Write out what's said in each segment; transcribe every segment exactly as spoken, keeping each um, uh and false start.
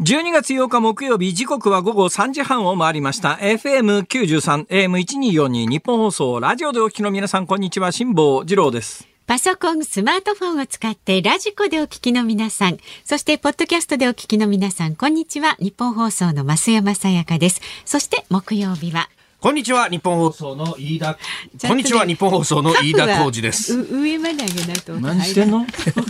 じゅうにがつようか木曜日、時刻は午後さんじはんを回りました。エフエムきゅうじゅうさん、エーエムせんにひゃくよんじゅうに 日本放送、ラジオでお聞きの皆さん、こんにちは。辛坊治郎です。 パソコン、スマートフォンを使ってラジコでお聞きの皆さん、そしてポッドキャストでお聞きの皆さん、こんにちは。日本放送の増山さやかです。そして木曜日はこんにちは、日本放送の飯田、こんにちは、日本放送の飯田浩二です。 上まで上げないと。 何してんの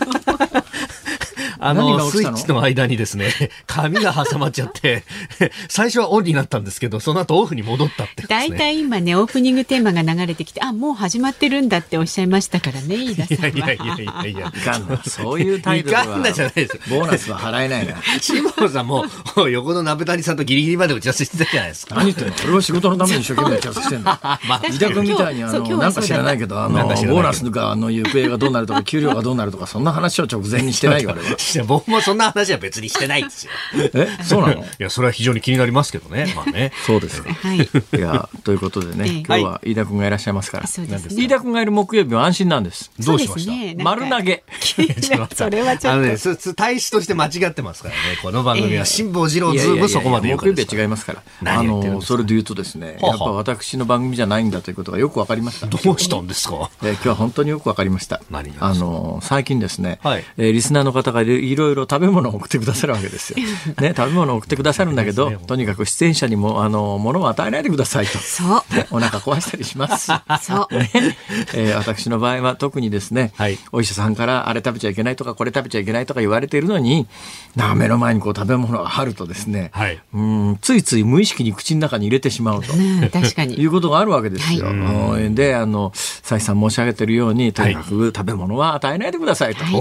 あのスイッチの間にですね、紙が挟まっちゃって最初はオンになったんですけど、その後オフに戻ったってですね。 だいたい今ね、オープニングテーマが流れてきて、あ、もう始まってるんだっておっしゃいましたからね、飯田さんは。 いやいやいやいやいや、 いかんな、そういう態度ではいかんなじゃないです。 ボーナスは払えないな。 辛坊さんも横の鍋谷さんとギリギリまで打ち合わせしてたじゃないですか。 何言ってんの。俺は仕事のために一生懸命打ち合わせしてんの。飯田君みたいにあのなんか知らないけど、あのボーナスがあの行方がどうなるとか給料がどうなるとか、そんな話を直前にしてないよ俺は。 僕もそんな話は別にしてないんですよ。 え、そうなの？いや、それは非常に気になりますけどね。まあね。 そうですか。 はい。 いや、ということでね、今日は飯田君がいらっしゃいますから。 そうですね。 飯田君がいる木曜日は安心なんです。 どうしました？ ね、 丸投げ。 それはちょっと。 あのね、体質として間違ってますからね。この番組は辛坊治郎ズームそこまで言うからです。 木曜日は違いますから。あのそれで言うとですね、やっぱ私の番組じゃないんだということがよくわかりました。 どうしたんですか？ えー、今日は本当によくわかりました。 何があの最近ですね、 はい、 えー、リスナーの方がいろいろ食べ物を送ってくださるわけですよ。ね、食べ物を送ってくださるんだけど、とにかく出演者にもあの物を与えないでくださいと。 そう。 お腹壊したりします。 そう。 ね、えー、私の場合は特にですね、はい、お医者さんからあれ食べちゃいけないとかこれ食べちゃいけないとか言われているのに、な目の前にこう食べ物があるとですね、はい、うんついつい無意識に口の中に入れてしまうと、 うん、確かにいうことがあるわけですよ。はい、で、あの再三申し上げているように、とにかく食べ物は与えないでくださいと、はい、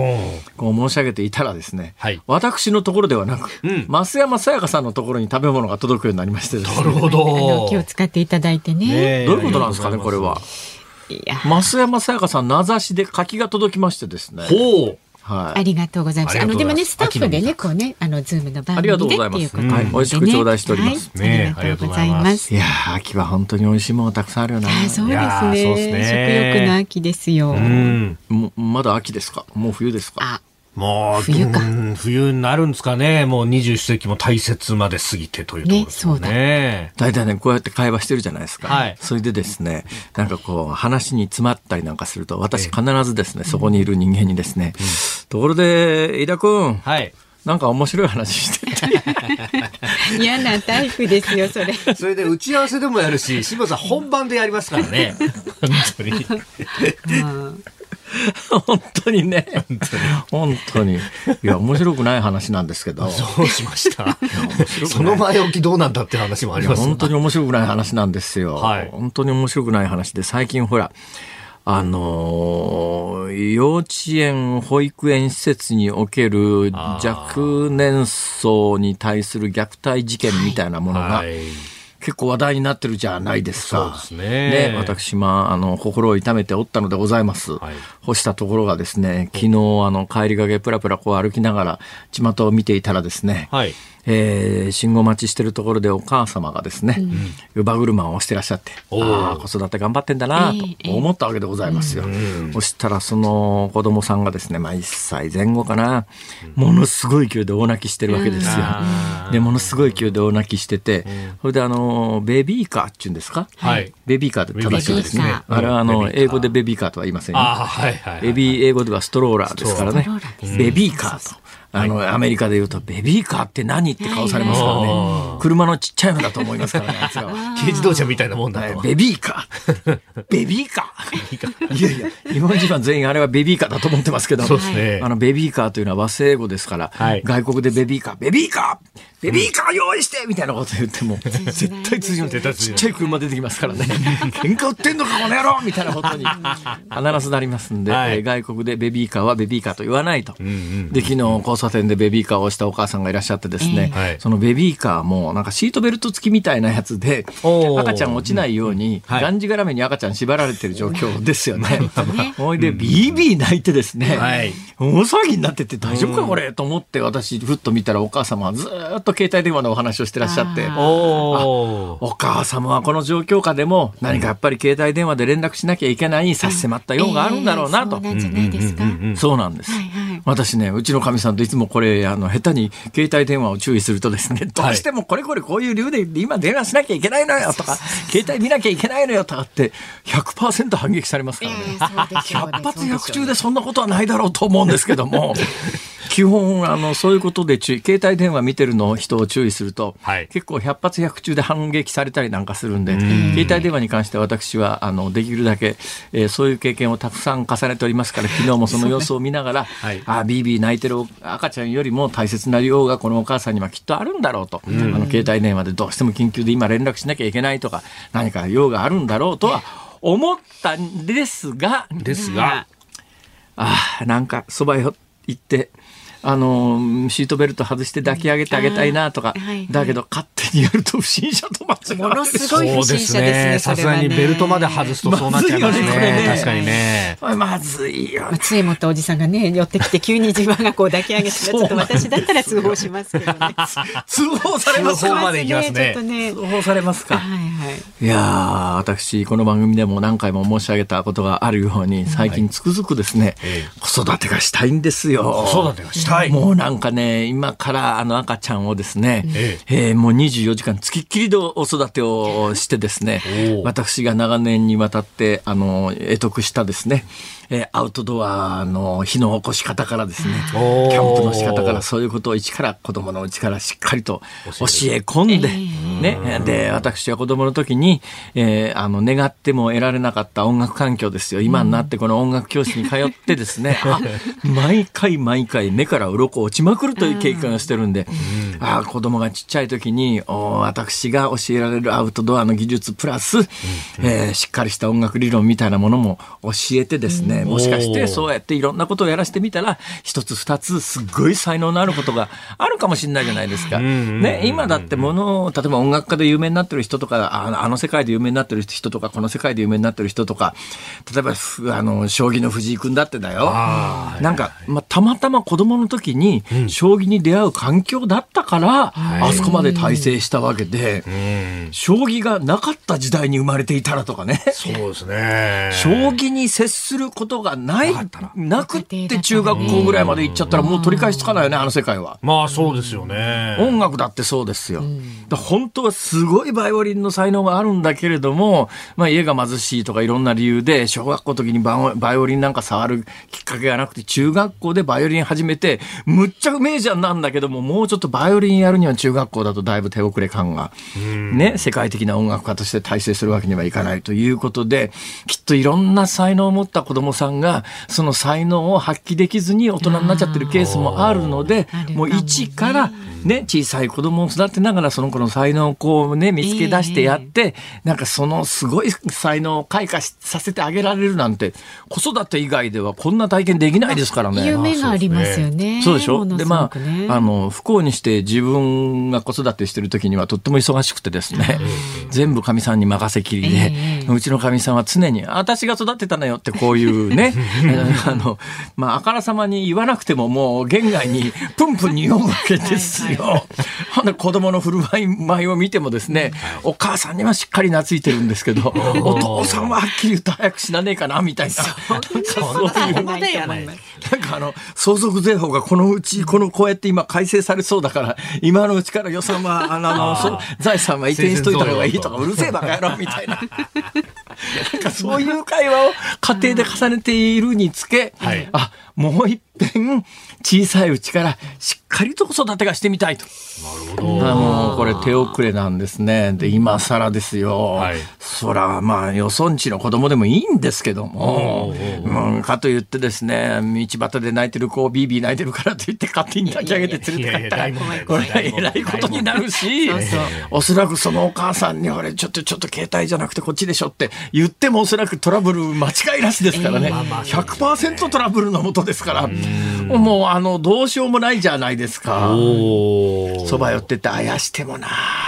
こう申し上げていたらですね、はい、私のところではなく、うん、増山さやかさんのところに食べ物が届くようになりましてですね。 なるほど。 気を使っていただいて ね, ねどういうことなんですかねこれは。いや増山さやかさん名指しで柿が届きましてですね。 ほう、 はい、ありがとうございます。あのでもね、スタッフでね、こうね、あのズームの番組でっていうことで、 うん、はい、美味しく頂戴しております。 はいね、ありがとうございます。 いや秋は本当に美味しいものたくさんあるよな。 そうですね。そうですね。食欲の秋ですよ。うん、 もまだ秋ですか？もう冬ですか？ あ、 もう冬か、うん、冬になるんですかね。もうにじゅっ世紀も大切まで過ぎてというところですよね。 ね、大体ねこうやって会話してるじゃないですか、はい、それでですね、なんかこう話に詰まったりなんかすると私必ずですね、ええ、そこにいる人間にですね、うん、ところで飯田君、はい、なんか面白い話してて嫌なタイプですよそれ。 それで打ち合わせでもやるし、辛坊さん本番でやりますからね本当に本当にね、本当にいや面白くない話なんですけど。 そうしましたその前置きどうなんだって話もあります。 本当に面白くない話なんですよ、はい、本当に面白くない話で、最近ほらあのー、幼稚園保育園施設における若年層に対する虐待事件みたいなものが、はいはい、結構話題になってるじゃないですか。 そうですね。 ね、私、まあ、あの、心を痛めておったのでございます。はい、干したところがですね、昨日、あの、帰りがけプラプラこう歩きながら、巷を見ていたらですね、はい、えー、信号待ちしてるところでお母様がですね、うん、乳母車を押してらっしゃって、ああ、子育て頑張ってんだなと思ったわけでございますよ。えーえー、そしたら、その子供さんがですね、まあ、いっさいぜん後かな、ものすごい勢いで大泣きしてるわけですよ。うん、で、ものすごい勢いで大泣きしてて、それで、あの、ベビーカーっていうんですか、はい、ベビーカーって正しいですね。あれはあの英語でベビーカーとは言いませんよ。あ、はいはいはい、ベビー英語ではストローラーですからね。ベビーカーと。あの、はい、アメリカで言うとベビーカーって何って顔されますからね。車のちっちゃいのだと思いますからね。 軽自動車みたいなもんだと。 ベビーカー。ベビーカー。いやいや、日本人は全員あれはベビーカーだと思ってますけど、 そうですね、 あのベビーカーというのは和製英語ですから、はい、外国でベビーカー、ベビーカーベビーカー用意してみたいなこと言っても、絶対通じない。ちっちゃい車出てきますからね。喧嘩売ってんのかこの野郎みたいなことに必ずなりますんで、はい、外国でベビーカーはベビーカーと言わないと。うんうん、で、昨日交差点でベビーカーを押したお母さんがいらっしゃってですね、えー、そのベビーカーもなんかシートベルト付きみたいなやつで赤ちゃん落ちないように、うん、がんじがらめに赤ちゃん縛られてる状況ですよね。ほいでビービー泣いてですね、はい、大騒ぎになってて大丈夫かこれと思って私ふっと見たらお母様はずっと携帯電話のお話をしてらっしゃって、お, お母様はこの状況下でも何かやっぱり携帯電話で連絡しなきゃいけない差し迫った用があるんだろうなと。 そうなんじゃないですか。 そうなんです、はいはい、 私ね、うちのかみさんといつもこれ、あの、下手に携帯電話を注意するとですね、どうしてもこれこれこういう理由で今電話しなきゃいけないのよとか、携帯見なきゃいけないのよとかって、ひゃくパーセント 反撃されますからね。えー、ひゃく発ひゃく中でそんなことはないだろうと思うんですけども、基本あのそういうことで注意、携帯電話見てるの人を注意すると、はい、結構ひゃく発ひゃく中で反撃されたりなんかするんで、ん携帯電話に関しては私はあのできるだけ、えー、そういう経験をたくさん重ねておりますから、昨日もその様子を見ながらはい、あビービー泣いてる赤ちゃんよりも大切な量がこのお母さんにはきっとあるんだろうと、あの携帯電話でどうしても緊急で今連絡しなきゃいけないとか、何か用があるんだろうとは思ったんですがですがあなんかそばへ行ってあのシートベルト外して抱き上げてあげたいなとか、はいはい、だけど勝手にやると不審者と間違われる。ものすごい不審者ですね。 さすがにベルトまで外すとそうなっちゃいますね。まずいよね、これね。確かにね。 まずいよね。 ついもったおじさんがね寄ってきて急に自分がこう抱き上げてちょっと私だったら通報しますけどね。 通報されますか。 通報まで行きますね。 ね通報されますか。はいはい。いやー私この番組でも何回も申し上げたことがあるように最近つくづくですね、はい、子育てがしたいんですよ。 子育てがしたい。 もうなんかね、今からあの赤ちゃんをですね、えええー、もうにじゅうよじかんつきっきりでお育てをしてですね、私が長年にわたってあの得得したですね、えー、アウトドアの火の起こし方からですね、キャンプの仕方からそういうことを一から子供のうちからしっかりと教え込んで、ね、で私は子供の時に、えー、あの願っても得られなかった音楽環境ですよ。今になってこの音楽教室に通ってですね、あ毎回毎回目から鱗落ちまくるという経験をしてるんで、あ子供がちっちゃい時に私が教えられるアウトドアの技術プラス、えー、しっかりした音楽理論みたいなものも教えてですね、もしかしてそうやっていろんなことをやらせてみたら一つ二つすっごい才能のあることがあるかもしれないじゃないですか、ね、今だってもの例えば音楽家で有名になってる人とかあの、あの世界で有名になってる人とかこの世界で有名になってる人とか例えばあの将棋の藤井君だってだよ、なんか、まあ、たまたま子供の時に将棋に出会う環境だったから、うん、あそこまで大成したわけで、うん、将棋がなかった時代に生まれていたらとかね、 そうですね、 将棋に接することがないなくって中学校ぐらいまで行っちゃったらもう取り返しつかないよね、あの世界は。 まあそうですよね。 音楽だってそうですよ、うん、だ本当はすごいバイオリンの才能があるんだけれども、まあ、家が貧しいとかいろんな理由で小学校の時にバイオリンなんか触るきっかけがなくて中学校でバイオリン始めてむっちゃメジャーなんだけども、もうちょっとバイオリンやるには中学校だとだいぶ手遅れ感が、ね、世界的な音楽家として大成するわけにはいかないということで、きっといろんな才能を持った子どもさんがその才能を発揮できずに大人になっちゃってるケースもあるので、もう一からね、小さい子供を育てながらその子の才能をこうね見つけ出してやって、えー、なんかそのすごい才能を開花させてあげられるなんて子育て以外ではこんな体験できないですからね。 夢がありますよね。 そうでしょ。でまああの不幸にして自分が子育てしてる時にはとっても忙しくてですね、全部かみさんに任せきりで、えー、うちのかみさんは常に私が育てたのよってこういうねあのまああからさまに言わなくてももう言外にプンプンに言うわけですよ。はいはい、子供の振る舞いを見てもですね、お母さんにはしっかり懐いてるんですけどお父さんははっきり言って早く死なねえかなみたいな、そういうなんかあの相続税法がこのうちこのこうやって今改正されそうだから今のうちから予算はあのあの財産は移転しといた方がいいとかうるせえバカ野郎みたいななんかそういう会話を家庭で重ねているにつけ、はい、あもう一遍小さいうちからしっかりと子育てがしてみたいと。 なるほど。 あのこれ手遅れなんですね。で今更ですよ、はい、そらまあよそんちの子供でもいいんですけども、うん、かといってですね道端で泣いてる子をビービー泣いてるからといって勝手に抱き上げて連れて帰ったらこれはえらいことになるしそうそうおそらくそのお母さんに俺ちょっとちょっと携帯じゃなくてこっちでしょって言ってもおそらくトラブル間違いなしですからね、えー、ひゃくパーセント トラブルのもとですからもうあのどうしようもないじゃないですか。そば寄ってってあやしてもな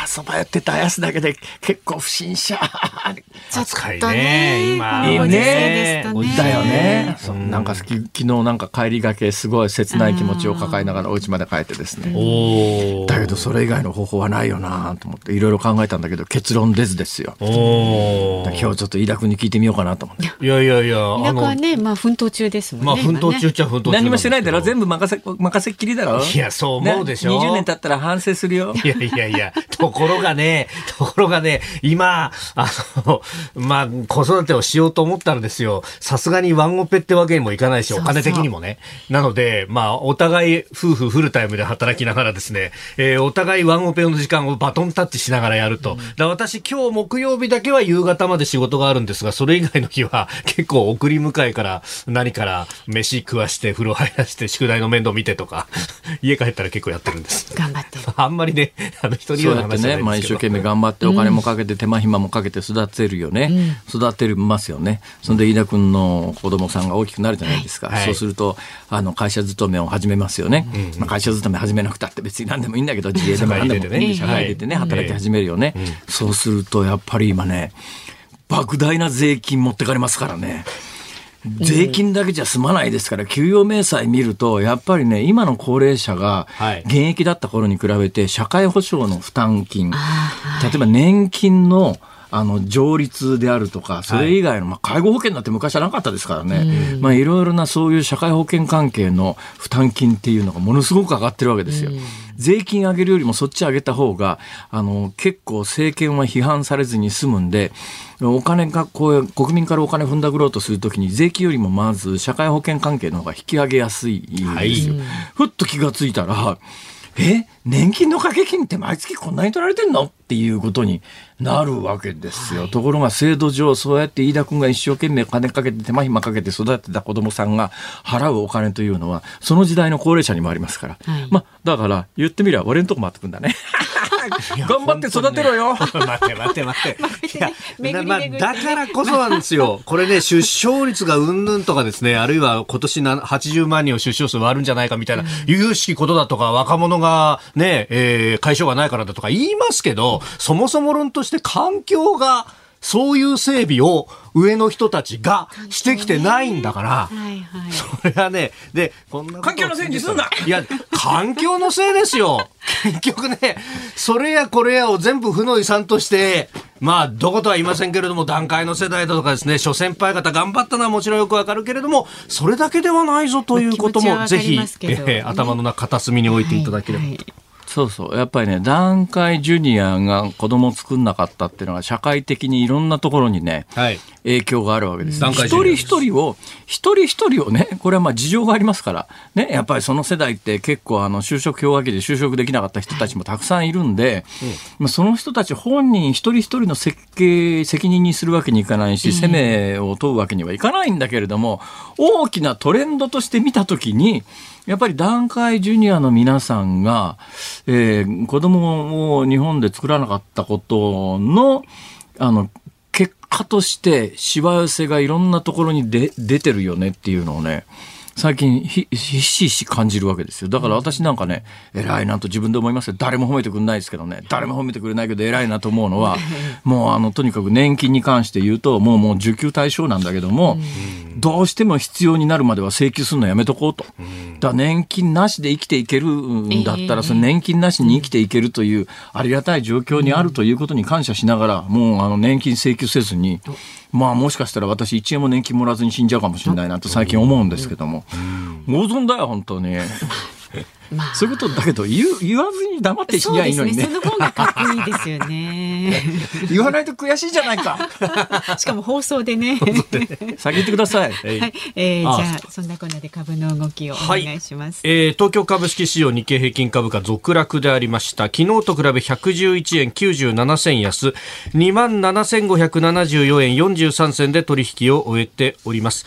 そばやってたやつだけで結構不審者ちょっとね今いいねだよね。そうなんか昨日なんか帰りがけすごい切ない気持ちを抱えながらお家まで帰ってですね、おだけどそれ以外の方法はないよなと思っていろいろ考えたんだけど結論出ずですよ。お今日ちょっと飯田君に聞いてみようかなと思って。 いやいやいや飯田君はねまあ奮闘中ですもんね。 まあ奮闘中っちゃ奮闘中何もしてないだろ。全部任せ任せっきりだろ。 いやそう思うでしょ、ね、 にじゅうねん経ったら反省するよ。 いやいやいやところがねところがね今あのまあ子育てをしようと思ったらですよ、さすがにワンオペってわけにもいかないし、お金的にもね。なのでまあお互い夫婦フルタイムで働きながらですね、えー、お互いワンオペの時間をバトンタッチしながらやると、うん、だ私今日木曜日だけは夕方まで仕事があるんですが、それ以外の日は結構送り迎えから何から飯食わして風呂入らして宿題の面倒見てとか家帰ったら結構やってるんです。 頑張ってる。 あんまりねあの人に言う話じゃないんですけど、そうやってね、まあ、 一生懸命頑張ってお金もかけて手間暇もかけて育てるよね、うん、育てますよね。それで飯田君の子供さんが大きくなるじゃないですか、はい、そうするとあの会社勤めを始めますよね、うんうんまあ、会社勤め始めなくたって別に何でもいいんだけど自営でも何でもね社会出てね働き始めるよね、はいうん、そうするとやっぱり今ね莫大な税金持ってかれますからね。税金だけじゃ済まないですから、給与明細見るとやっぱりね今の高齢者が現役だった頃に比べて社会保障の負担金、例えば年金のあの上率であるとかそれ以外の、まあ、介護保険なんて昔はなかったですからね、まあ、いろいろなそういう社会保険関係の負担金っていうのがものすごく上がってるわけですよ。税金上げるよりもそっち上げた方があの結構政権は批判されずに済むんで、お金がこう国民からお金踏んだくろうとするときに税金よりもまず社会保険関係の方が引き上げやすいんですよ、はい、ふっと気がついたらえ年金の掛け金って毎月こんなに取られてんのっていうことになるわけですよ、はい、ところが制度上そうやって飯田君が一生懸命金かけて手間暇かけて育てた子供さんが払うお金というのはその時代の高齢者にもありますから、はい、まあだから言ってみれば俺のとこ回ってくんだね頑張って育てろよ、ね、待って待って待っていやまあ、だからこそなんですよこれね出生率がうんぬんとかですね、あるいは今年はちじゅうまん人を出生数割るんじゃないかみたいな有々しきことだとか、若者がね、えー、解消がないからだとか言いますけど、そもそも論として環境がそういう整備を上の人たちがしてきてないんだから、はいはい、それはね、で、こんな環境のせいにすんな。 いや、環境のせいですよ。結局ね、それやこれやを全部負の遺産として、まあ、どことは言いませんけれども、団塊の世代だとかですね、諸先輩方頑張ったのはもちろんよくわかるけれども、それだけではないぞということも、ぜひ、えー、頭の中片隅に置いていただければと。はいはい、 そうそう。やっぱりね、団塊ジュニアが子供を作んなかったっていうのが社会的にいろんなところにね、はい、影響があるわけです。一人一人を、一人一人をね、これはまあ事情がありますから、ね、やっぱりその世代って結構あの就職氷河期で就職できなかった人たちもたくさんいるんで、うん、まあ、その人たち本人一人一人の設計、責任にするわけにいかないし、責めを問うわけにはいかないんだけれども、大きなトレンドとして見たときに、やっぱり団塊ジュニアの皆さんが、えー、子供を日本で作らなかったことの、あの、結果としてしわ寄せがいろんなところにで出てるよねっていうのをね、最近ひひしひし感じるわけですよ。だから私なんかね、偉いなと自分で思いますよ。誰も褒めてくれないですけどね、誰も褒めてくれないけど偉いなと思うのは、もうあのとにかく年金に関して言うともうもう受給対象なんだけども、どうしても必要になるまでは請求するのやめとこうと。だから年金なしで生きていけるんだったら、その年金なしに生きていけるというありがたい状況にあるということに感謝しながら、もうあの年金請求せずに、まあもしかしたら私いちえんも年金もらわずに死んじゃうかもしれないなと最近思うんですけども、ご存だよ本当に。まあ、そういうことだけど 言, 言わずに黙って死にゃいいのにね。 そうですね、その方がかっこいいですよね。 言わないと悔しいじゃないか。 しかも放送でね。 先言ってください。 はい、えー、じゃあそんなこんなで株の動きをお願いします。 はい、えー、東京株式市場日経平均株価続落でありました。昨日と比べひゃくじゅういちえんきゅうじゅうななせん安 にまんななせんごひゃくななじゅうよんえんよんじゅうさんせんで取引を終えております。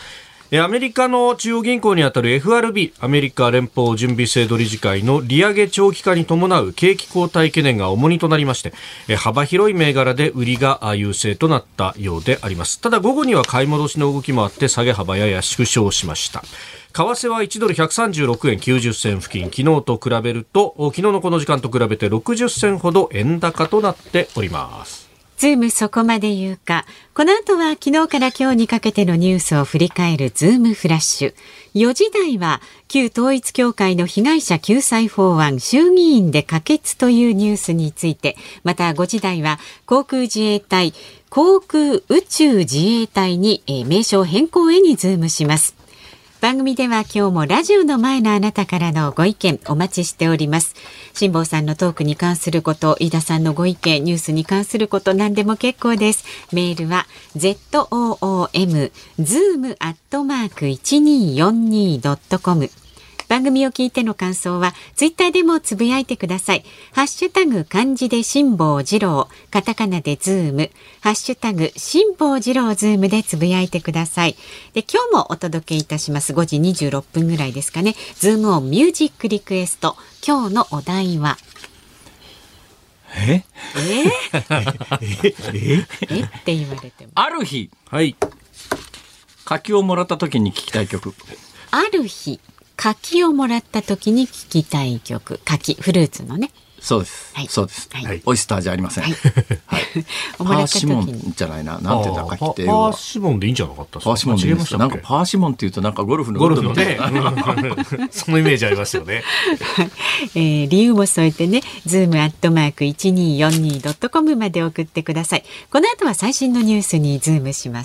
アメリカの中央銀行にあたる エフアールビー アメリカ連邦準備制度理事会の利上げ長期化に伴う景気後退懸念が重荷となりまして、幅広い銘柄で売りが優勢となったようであります。ただ午後には買い戻しの動きもあって下げ幅やや縮小しました。為替はいちドルひゃくさんじゅうろくえんきゅうじゅっせん付近、昨日と比べると昨日のこの時間と比べてろくじゅっせんほど円高となっております。 ズームそこまで言うか。この後は昨日から今日にかけてのニュースを振り返るズームフラッシュ。よじ台は旧統一教会の被害者救済法案衆議院で可決というニュースについて、またごじ台は航空自衛隊航空宇宙自衛隊に、えー、名称変更へにズームします。番組では今日もラジオの前のあなたからのご意見お待ちしております。辛坊さんのトークに関すること、飯田さんのご意見、ニュースに関すること何でも結構です。メールは ズーム ズーム アットマーク いちにーよんにー ドットコム。番組を聞いての感想はツイッターでもつぶやいてください。ハッシュタグ漢字で辛坊治郎、カタカナでズーム、ハッシュタグ辛坊治郎ズームでつぶやいてください。で、今日もお届けいたします。ごじにじゅうろっぷんぐらいですかね。ズームオンミュージックリクエスト。今日のお題はえええええって言われても、 ある日、 はい、 柿をもらった時に聞きたい曲。 ある日柿をもらった時に聞きたい曲。柿、フルーツのね。 そうです、はい、そうです、はい、オイスターじゃありません、はいはい、パーシモンじゃないな、なんてだ柿っていうのはパーシモンでいいんじゃなかったですか。 パーシモンでいいんですか。なんかパーシモンっていうとなんかゴルフのゴルフのねそのイメージありますよね、 えー、理由も添えてね、ズームアットマーク いちにーよんにー ドットコム まで送ってください。この後は最新のニュースにズームします。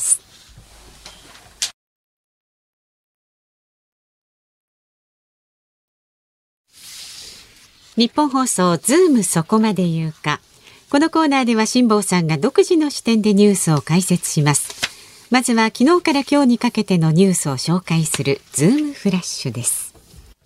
日本放送ズームそこまで言うか。このコーナーでは辛坊さんが独自の視点でニュースを解説します。まずは昨日から今日にかけてのニュースを紹介するズームフラッシュです。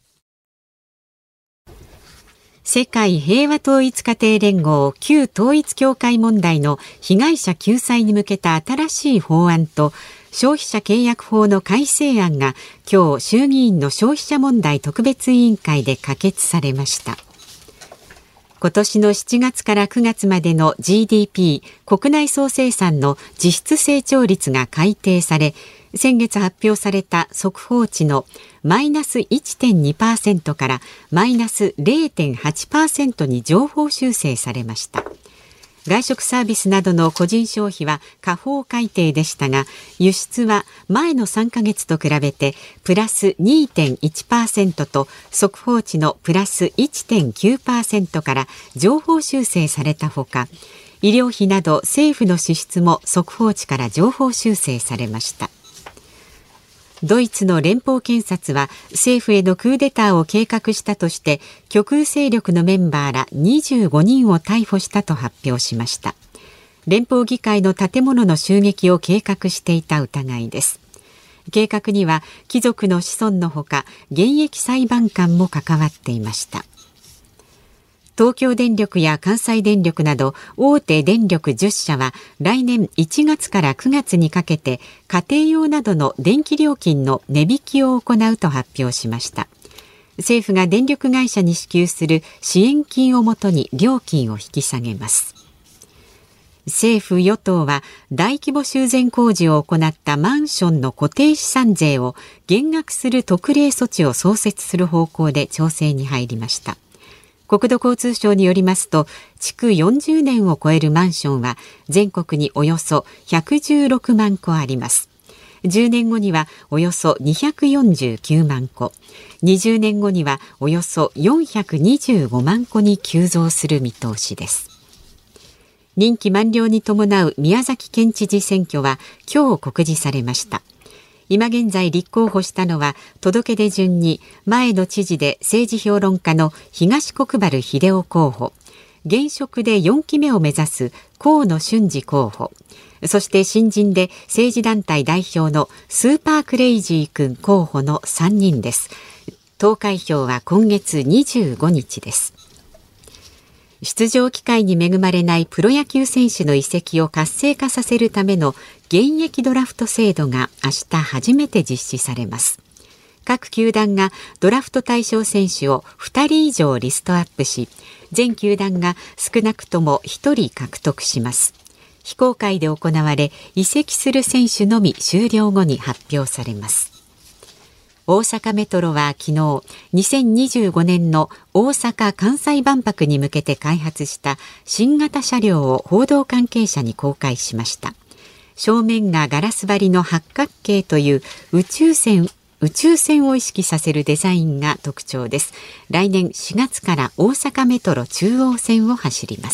世界平和統一家庭連合旧統一教会問題の被害者救済に向けた新しい法案と消費者契約法の改正案が今日衆議院の消費者問題特別委員会で可決されました。今年のしちがつからくがつまでの ジーディーピー 国内総生産の実質成長率が改定され、先月発表された速報値のマイナス いってんにパーセント からマイナス れいてんはちパーセント に上方修正されました。外食サービスなどの個人消費は下方改定でしたが、輸出は前のさんかげつと比べてプラス にてんいちパーセント と速報値のプラス いってんきゅうパーセント から上方修正されたほか、医療費など政府の支出も速報値から上方修正されました。ドイツの連邦検察は政府へのクーデターを計画したとして極右勢力のメンバーらにじゅうごにんを逮捕したと発表しました。連邦議会の建物の襲撃を計画していた疑いです。計画には貴族の子孫のほか現役裁判官も関わっていました。東京電力や関西電力など大手電力じゅっしゃは来年いちがつからくがつにかけて家庭用などの電気料金の値引きを行うと発表しました。政府が電力会社に支給する支援金をもとに料金を引き下げます。政府与党は大規模修繕工事を行ったマンションの固定資産税を減額する特例措置を創設する方向で調整に入りました。国土交通省によりますと、築よんじゅうねんを超えるマンションは全国におよそひゃくじゅうろくまんこあります。じゅうねんごにはおよそにひゃくよんじゅうきゅうまんこ、にじゅうねんごにはおよそよんひゃくにじゅうごまんこに急増する見通しです。任期満了に伴う宮崎県知事選挙は今日告示されました。今現在立候補したのは届け出順に前の知事で政治評論家の東国原英夫候補、現職でよんきめを目指す河野俊嗣候補、そして新人で政治団体代表のスーパークレイジー君候補のさんにんです。投開票は今月にじゅうごにちです。 出場機会に恵まれないプロ野球選手の移籍を活性化させるための現役ドラフト制度が明日初めて実施されます。各球団がドラフト対象選手をふたり以上リストアップし、全球団が少なくともひとり獲得します。非公開で行われ、移籍する選手のみ終了後に発表されます。大阪メトロは昨日、にせんにじゅうごねんの大阪・関西万博に向けて開発した新型車両を報道関係者に公開しました。正面がガラス張りの八角形という宇宙船宇宙船を意識させるデザインが特徴です。来年しがつから大阪メトロ中央線を走ります。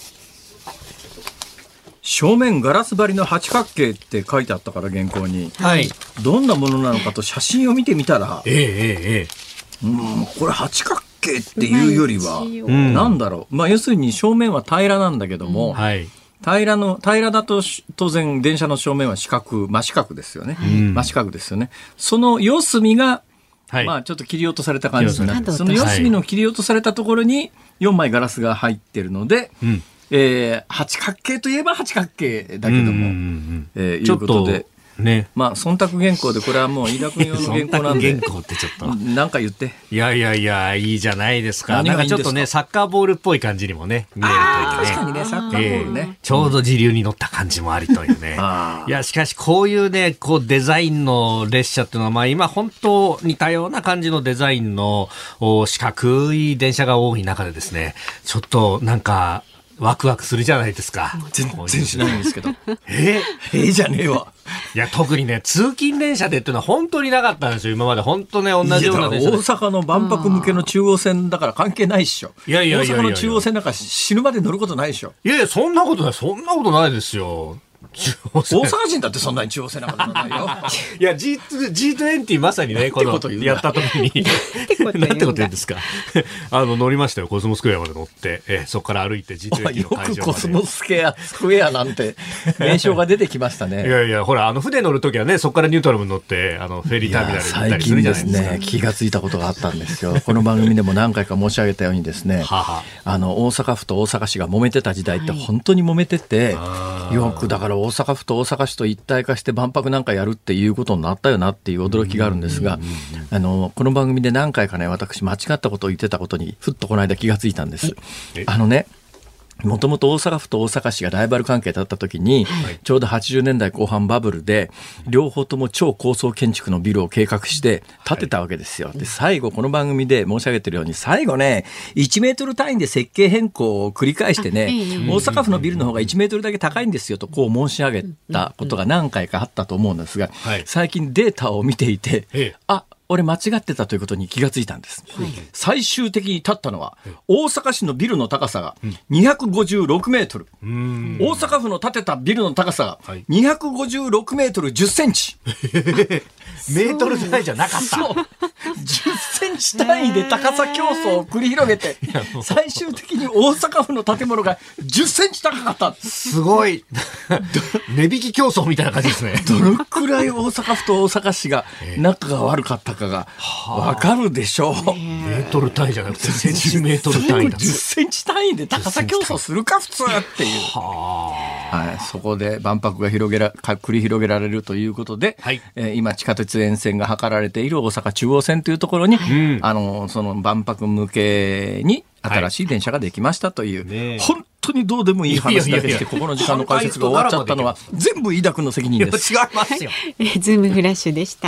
正面ガラス張りの八角形って書いてあったから原稿に、 はい、 どんなものなのかと写真を見てみたら、 ええええ、 うんこれ八角形っていうよりは、うん、なんだろう、まあ、要するに正面は平らなんだけども、うんはい、平らの平らだと当然電車の正面は四角真四角ですよね、うん、真四角ですよね。その四隅が、はい、まあちょっと切り落とされた感じになって、その四隅の切り落とされたところによんまいガラスが入ってるので、うんえー、八角形といえば八角形だけども、うんうんうんえー、いうことで、ね、まあ忖度原稿でこれはもう飯田君用の原稿なんで忖度原稿ってちょっとなんか言って。いやいやいやいいじゃないですか。なんかちょっとねサッカーボールっぽい感じにもね見えるというね。 確かにねサッカーボールね、 えー、ちょうど時流に乗った感じもありというね。いやしかしこういうねこうデザインの列車っていうのはまあ今本当似たような感じのデザインの四角い電車が多い中でですねちょっとなんかワクワクするじゃないですか。 全然しないんですけど。 えー、えー、じゃねえわ。 いや特にね通勤電車でっていうのは本当になかったんですよ今まで。本当ね同じような電車で。 大阪の万博向けの中央線だから関係ないっしょ。 いやいやいやいやいや大阪の中央線なんか死ぬまで乗ることないっしょ。 いやいやそんなことないそんなことないですよ。 大阪人だってそんなに中央線なんか乗らないよ。 いや ジーにじゅう まさにねこのやった時になんてこと言うんですか。あの乗りましたよコスモスクエアまで乗って、えそこから歩いて ジーにじゅう の会場まで。 よくコスモスクエアスクエアなんて名称が出てきましたね。 いやいやほらあの船乗るときはねそこからニュートラルに乗ってあのフェリーターミナルに行ったりするじゃないですか。 最近ですね気がついたことがあったんですよ。この番組でも何回か申し上げたようにですねははあの大阪府と大阪市が揉めてた時代って本当に揉めてて、はい、よくだから大阪府と大阪市と一体化して万博なんかやるっていうことになったよなっていう驚きがあるんですが、あのこの番組で何回かね私間違ったことを言ってたことにふっとこの間気がついたんです。あのねもともと大阪府と大阪市がライバル関係だった時に、はい、ちょうどはちじゅうねんだいこう半バブルで両方とも超高層建築のビルを計画して建てたわけですよ。で最後この番組で申し上げてるように最後ねいちメートル単位で設計変更を繰り返してね、大阪府のビルの方がいちメートルだけ高いんですよとこう申し上げたことが何回かあったと思うんですが、最近データを見ていてあ俺間違ってたということに気がついたんです、はい、最終的に立ったのは大阪市のビルの高さがにひゃくごじゅうろくメートル、うん、大阪府の建てたビルの高さがにひゃくごじゅうろくメートルじゅっセンチメートル単位じゃなかった。 そうじゅっセンチ単位で高さ競争を繰り広げて最終的に大阪府の建物がじゅっセンチ高かった。 すごい値引き競争みたいな感じですね。 どのくらい大阪府と大阪市が仲が悪かったかがわかるでしょう。 メートル単位じゃなくてセンチメートル単位だ。 じゅっセンチ単位で高さ競争するか普通っていう、はい、そこで万博が広げら繰り広げられるということで、はいえー、今地下鉄沿線が図られている大阪中央線というところに、うん、あのその万博向けに新しい電車ができましたという、はいね、本当にどうでもいい話だけしてここの時間の解説が終わっちゃったのは全部飯田君の責任です。 違いますよズームフラッシュでした。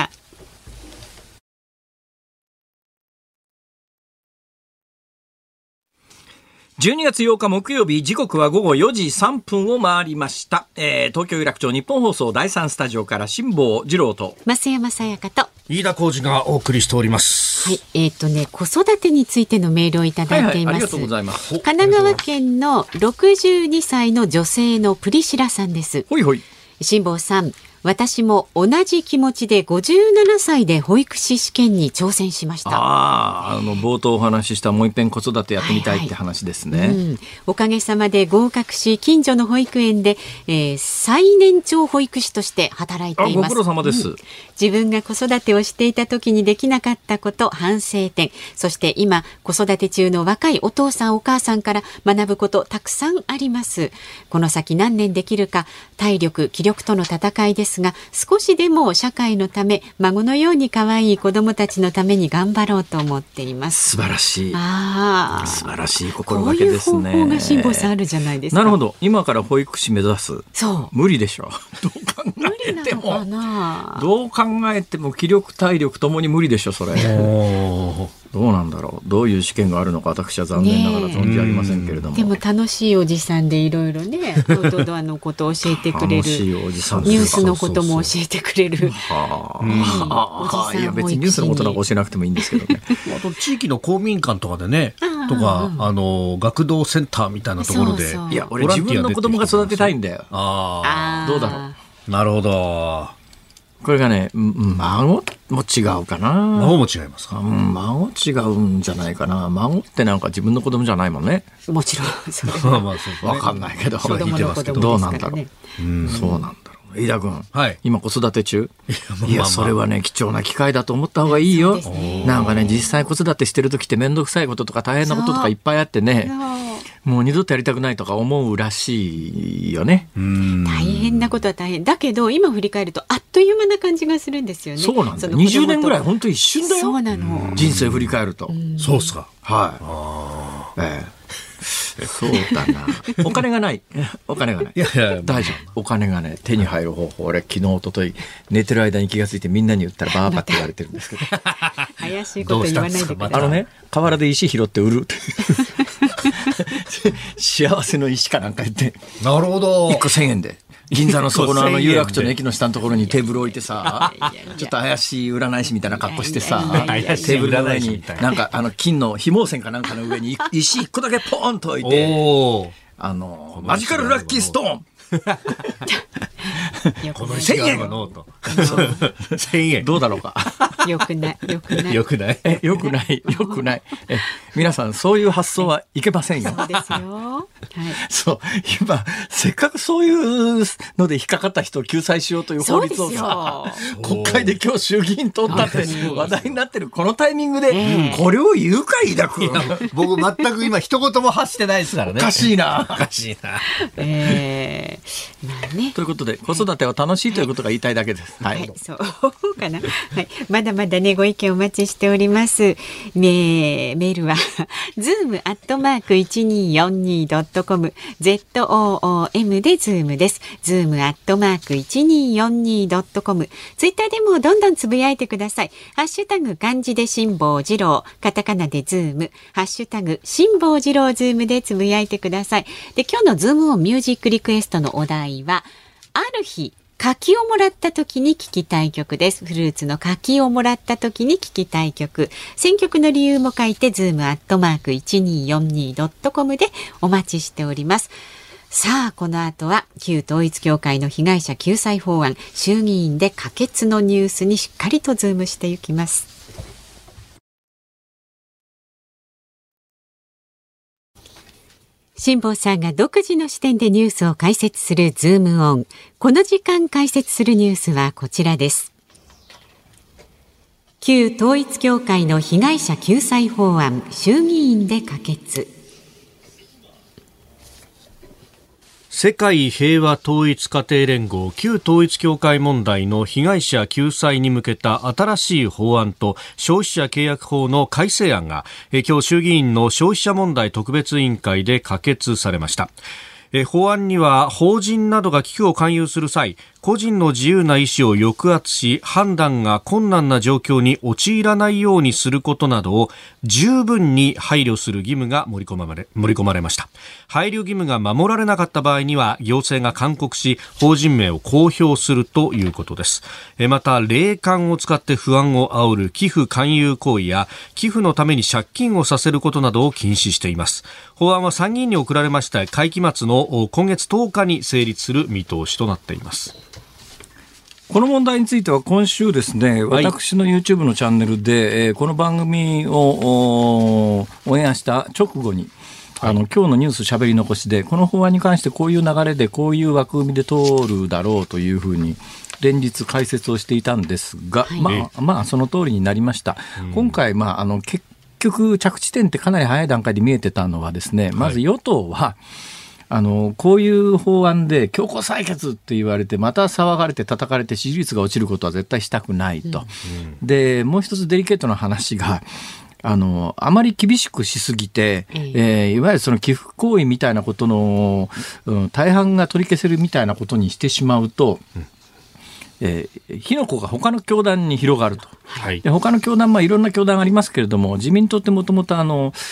じゅうにがつようか木曜日、時刻は午後よじさんぷんを回りました、えー、東京有楽町日本放送だいさんスタジオから辛坊治郎と増山さやかと飯田浩司がお送りしております。 はい、えっ、ー、とね子育てについてのメールをいただいています。はいはい、ありがとうございます。 神奈川県のろくじゅうにさいの女性のプリシラさんです。 ほいほい。 辛坊さん、 私も同じ気持ちでごじゅうななさいで保育士試験に挑戦しました。 ああ、あの冒頭お話ししたもう一遍子育てやってみたいって話ですね、はいはい、うん、 おかげさまで合格し近所の保育園で、えー、最年長保育士として働いています。 あ、ご苦労様です、うん、 自分が子育てをしていた時にできなかったこと、反省点、そして今子育て中の若いお父さんお母さんから学ぶことたくさんあります。この先何年できるか体力気力との戦いですが、少しでも社会のため孫のように可愛い子どもたちのために頑張ろうと思っています。 素晴らしい、 あ、 素晴らしい心がけですね。 こういう方法が辛坊さんあるじゃないですか。 なるほど、今から保育士目指す。 そう無理でしょどう考えてもどう考えても気力体力ともに無理でしょそれどうなんだろう、どういう試験があるのか私は残念ながら存じ上げませんけれども、 でも楽しいおじさんでいろいろねアウトドアのことを教えてくれる楽しいおじさん、 ニュースのことも教えてくれる、 はあ、いや別にニュースのことなんか教えなくてもいいんですけどねあと地域の公民館とかでねとか、あの学童センターみたいなところで、 そうそう、 いや俺自分の子供が育てたいんだよ。 ああ、どうだろう。なるほど。 これがね、孫も違うかな。 孫も違いますか、 うん、孫違うんじゃないかな。孫ってなんか自分の子供じゃないもんね。 もちろんそれはまあそうですね、分かんないけど子供の子供どうなんだろう、 うん、 そうなんだろう。飯田君、 はい、 今子育て中。 いや、まあまあ、 いやそれはね貴重な機会だと思った方がいいよ、ね、なんかね実際子育てしてる時って面倒くさいこととか大変なこととかいっぱいあってね、もう二度とやりたくないとか思うらしいよね。 うん、大変なことは大変だけど今振り返るとあっという間な感じがするんですよね。 そうなんだよ。にじゅうねんぐらい本当一瞬だよ。 そうなの。 人生振り返ると。 そうっすか。 はい。あ、ええ、そうだな。お金がない。お金がない。 いやいや大丈夫。お金がね手に入る方法、俺昨日一昨日寝てる間に気がついてみんなに言ったらバーバって言われてるんですけど。 怪しいこと言わないでください。 あのね、河原で石拾って売る。幸せの石かなんか言って。 なるほど。 いっこせんえんで。銀座のそこのあの有楽町の駅の下のところにテーブル置いてさ、ちょっと怪しい占い師みたいな格好してさ、テーブルの上になんかあの金の紐線かなんかの上に石いっこだけポーンと置いて、あのマジカルラッキーストーンこのせんえんせんえんどうだろうか。 よくないよくないよくないえよくないよくないえ皆さんそういう発想はいけませんよ。 そうですよ、はい、 そう今せっかくそういうので引っかかった人を救済しようという法律をさ国会で今日衆議院通ったって話題になってるこのタイミングでこれを言うか飯田君。 僕全く今一言も発してないですからね。 おかしいなおかしいな、 えーまあね、 ということで子育ては楽しいということが言いたいだけです、はいはい、そうかな、はい、まだまだねご意見お待ちしております。メ, メールは ズーム アットマーク いちにーよんにー ドットコム ゾーム で Zoom です。 ズーム アットマーク いちにーよんにー ドットコム ツイッターでもどんどんつぶやいてください。ハッシュタグ漢字で辛坊治郎、カタカナでズーム、ハッシュタグ辛坊治郎ズームでつぶやいてください。で今日のズームオンミュージックリクエストのお題はある日柿をもらった時に聴きたい曲です。フルーツの柿をもらった時に聴きたい曲、選曲の理由も書いて ズーム アットマーク いちにーよんにー ドットコム でお待ちしております。さあこの後は旧統一教会の被害者救済法案衆議院で可決のニュースにしっかりとズームしていきます。辛坊さんが独自の視点でニュースを解説するズームオン。この時間解説するニュースはこちらです。旧統一教会の被害者救済法案衆議院で可決。 世界平和統一家庭連合旧統一教会問題の被害者救済に向けた新しい法案と消費者契約法の改正案が今日衆議院の消費者問題特別委員会で可決されました。法案には法人などが寄付を勧誘する際個人の自由な意思を抑圧し判断が困難な状況に陥らないようにすることなどを十分に配慮する義務が盛り込まれ、盛り込まれました。配慮義務が守られなかった場合には行政が勧告し法人名を公表するということです。また霊感を使って不安を煽る寄付勧誘行為や寄付のために借金をさせることなどを禁止しています。法案は参議院に送られました会期末の今月とおかに成立する見通しとなっています。 この問題については今週ですね、私の YouTube のチャンネルで、えー、この番組をオンエアした直後に、あの今日のニュースしゃべり残しで、この法案に関してこういう流れでこういう枠組みで通るだろうというふうに連日解説をしていたんですが、はい、まあ、まあその通りになりました。うん、今回、まあ、あの結局着地点ってかなり早い段階で見えてたのはですね、まず与党は、はい、あのこういう法案で強行採決って言われてまた騒がれて叩かれて支持率が落ちることは絶対したくないと、うん、でもう一つデリケートな話があのあまり厳しくしすぎて、えー、いわゆるその寄付行為みたいなことの、うん、大半が取り消せるみたいなことにしてしまうと、うんえー、火の粉が他の教団に広がると、はい、で他の教団、まあ、いろんな教団ありますけれども、自民党ってもともと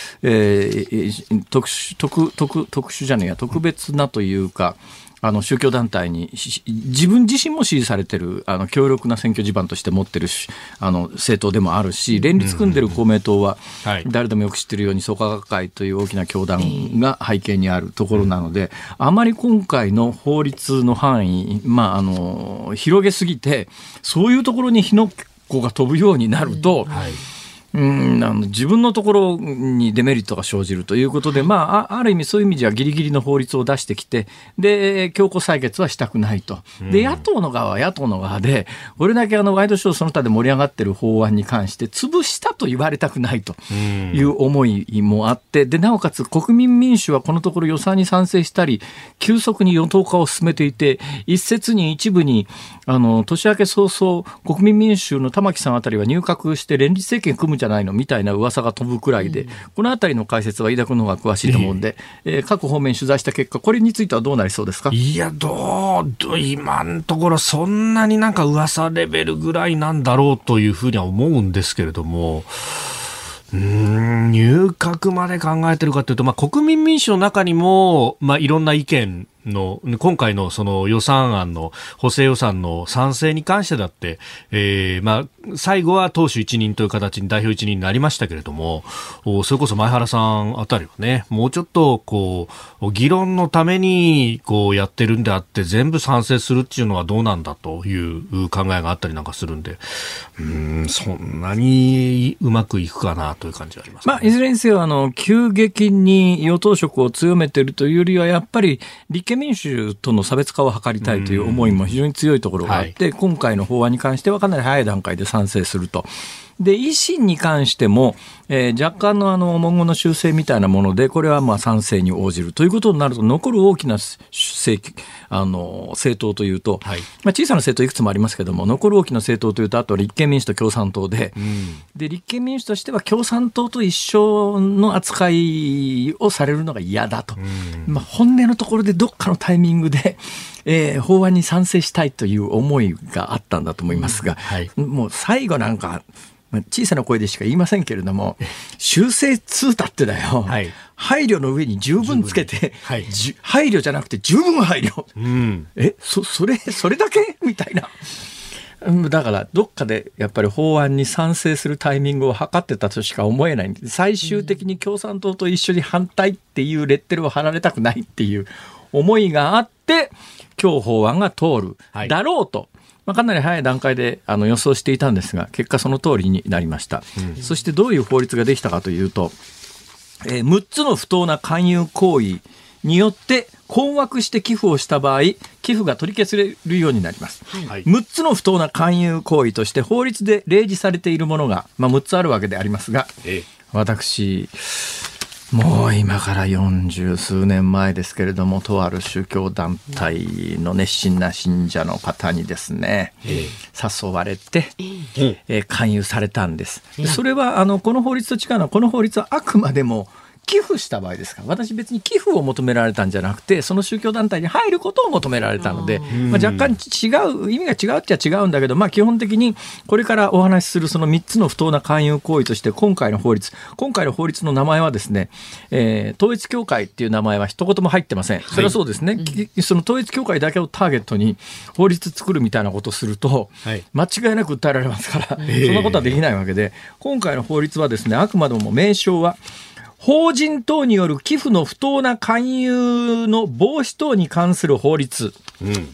特殊特特特殊じゃねえや特別なというか、あの宗教団体に自分自身も支持されているあの強力な選挙地盤として持っているあの政党でもあるし、連立組んでいる公明党は誰でもよく知っているように創価学会という大きな教団が背景にあるところなので、あまり今回の法律の範囲、まあ、あの広げすぎてそういうところに火の粉が飛ぶようになると、はい、うんあの自分のところにデメリットが生じるということで、まあ、あ, ある意味そういう意味じゃギリギリの法律を出してきて、で強行採決はしたくないと。で野党の側は野党の側でこれだけあのワイドショーその他で盛り上がっている法案に関して潰したと言われたくないという思いもあって、でなおかつ国民民主はこのところ予算に賛成したり急速に与党化を進めていて、一説に一部にあの年明け早々国民民主の玉木さんあたりは入閣して連立政権組むじゃないのみたいな噂が飛ぶくらいで、うん、このあたりの解説は飯田君の方が詳しいと思うんで、えーえー、各方面取材した結果これについてはどうなりそうですか？ いやどう今のところそんなになんか噂レベルぐらいなんだろうというふうには思うんですけれども、うーん入閣まで考えてるかというと、まあ、国民民主の中にも、まあ、いろんな意見の今回のその予算案の補正予算の賛成に関してだって、えーまあ、最後は党首一任という形に代表一任になりましたけれども、それこそ前原さんあたりはね、もうちょっとこう議論のためにこうやってるんであって全部賛成するっていうのはどうなんだという考えがあったりなんかするんで、うーんそんなにうまくいくかなという感じがあります、ね。 まあ、いずれにせよあの急激に与党色を強めているというよりはやっぱり立憲民主との差別化を図りたいという思いも非常に強いところがあって、はい、今回の法案に関してはかなり早い段階で賛成すると。で維新に関しても、えー、若干のあの文言の修正みたいなものでこれはまあ賛成に応じるということになると、残る大きな政あの政党というと、はいまあ、小さな政党いくつもありますけども、残る大きな政党というとあとは立憲民主と共産党 で,、うん、で立憲民主としては共産党と一緒の扱いをされるのが嫌だと、うんまあ、本音のところでどっかのタイミングでえー、法案に賛成したいという思いがあったんだと思いますが、うんはい、もう最後なんか小さな声でしか言いませんけれども、修正通達ってだよ、はい、配慮の上に十分つけて、はい、配慮じゃなくて十分配慮、うん、え そ, それそれだけみたいな。だからどっかでやっぱり法案に賛成するタイミングを図ってたとしか思えない。最終的に共産党と一緒に反対っていうレッテルを貼られたくないっていう思いがあって今日法案が通るだろうと、はいまあ、かなり早い段階であの予想していたんですが、結果その通りになりました、うん、そしてどういう法律ができたかというと、えー、むっつの不当な勧誘行為によって困惑して寄付をした場合、寄付が取り消せるようになります、はい、むっつの不当な勧誘行為として法律で例示されているものが、まあ、むっつあるわけでありますが、ええ、私もう今から四十数年前ですけれども、とある宗教団体の熱心な信者の方にですね、ええ、誘われて、ええ、勧誘されたんです。それはあのこの法律と違うのは、この法律はあくまでも寄付した場合ですから、私別に寄付を求められたんじゃなくて、その宗教団体に入ることを求められたので、まあ、若干違う意味が違うっちゃ違うんだけど、まあ、基本的にこれからお話しするそのみっつの不当な勧誘行為として、今回の法律今回の法律の名前はですね、えー、統一教会っていう名前は一言も入ってません。それはそうですね、はい、その統一教会だけをターゲットに法律作るみたいなことをすると、はい、間違いなく訴えられますから、えー、そんなことはできないわけで、今回の法律はですね、あくまでも名称は法人等による寄付の不当な勧誘の防止等に関する法律、うん、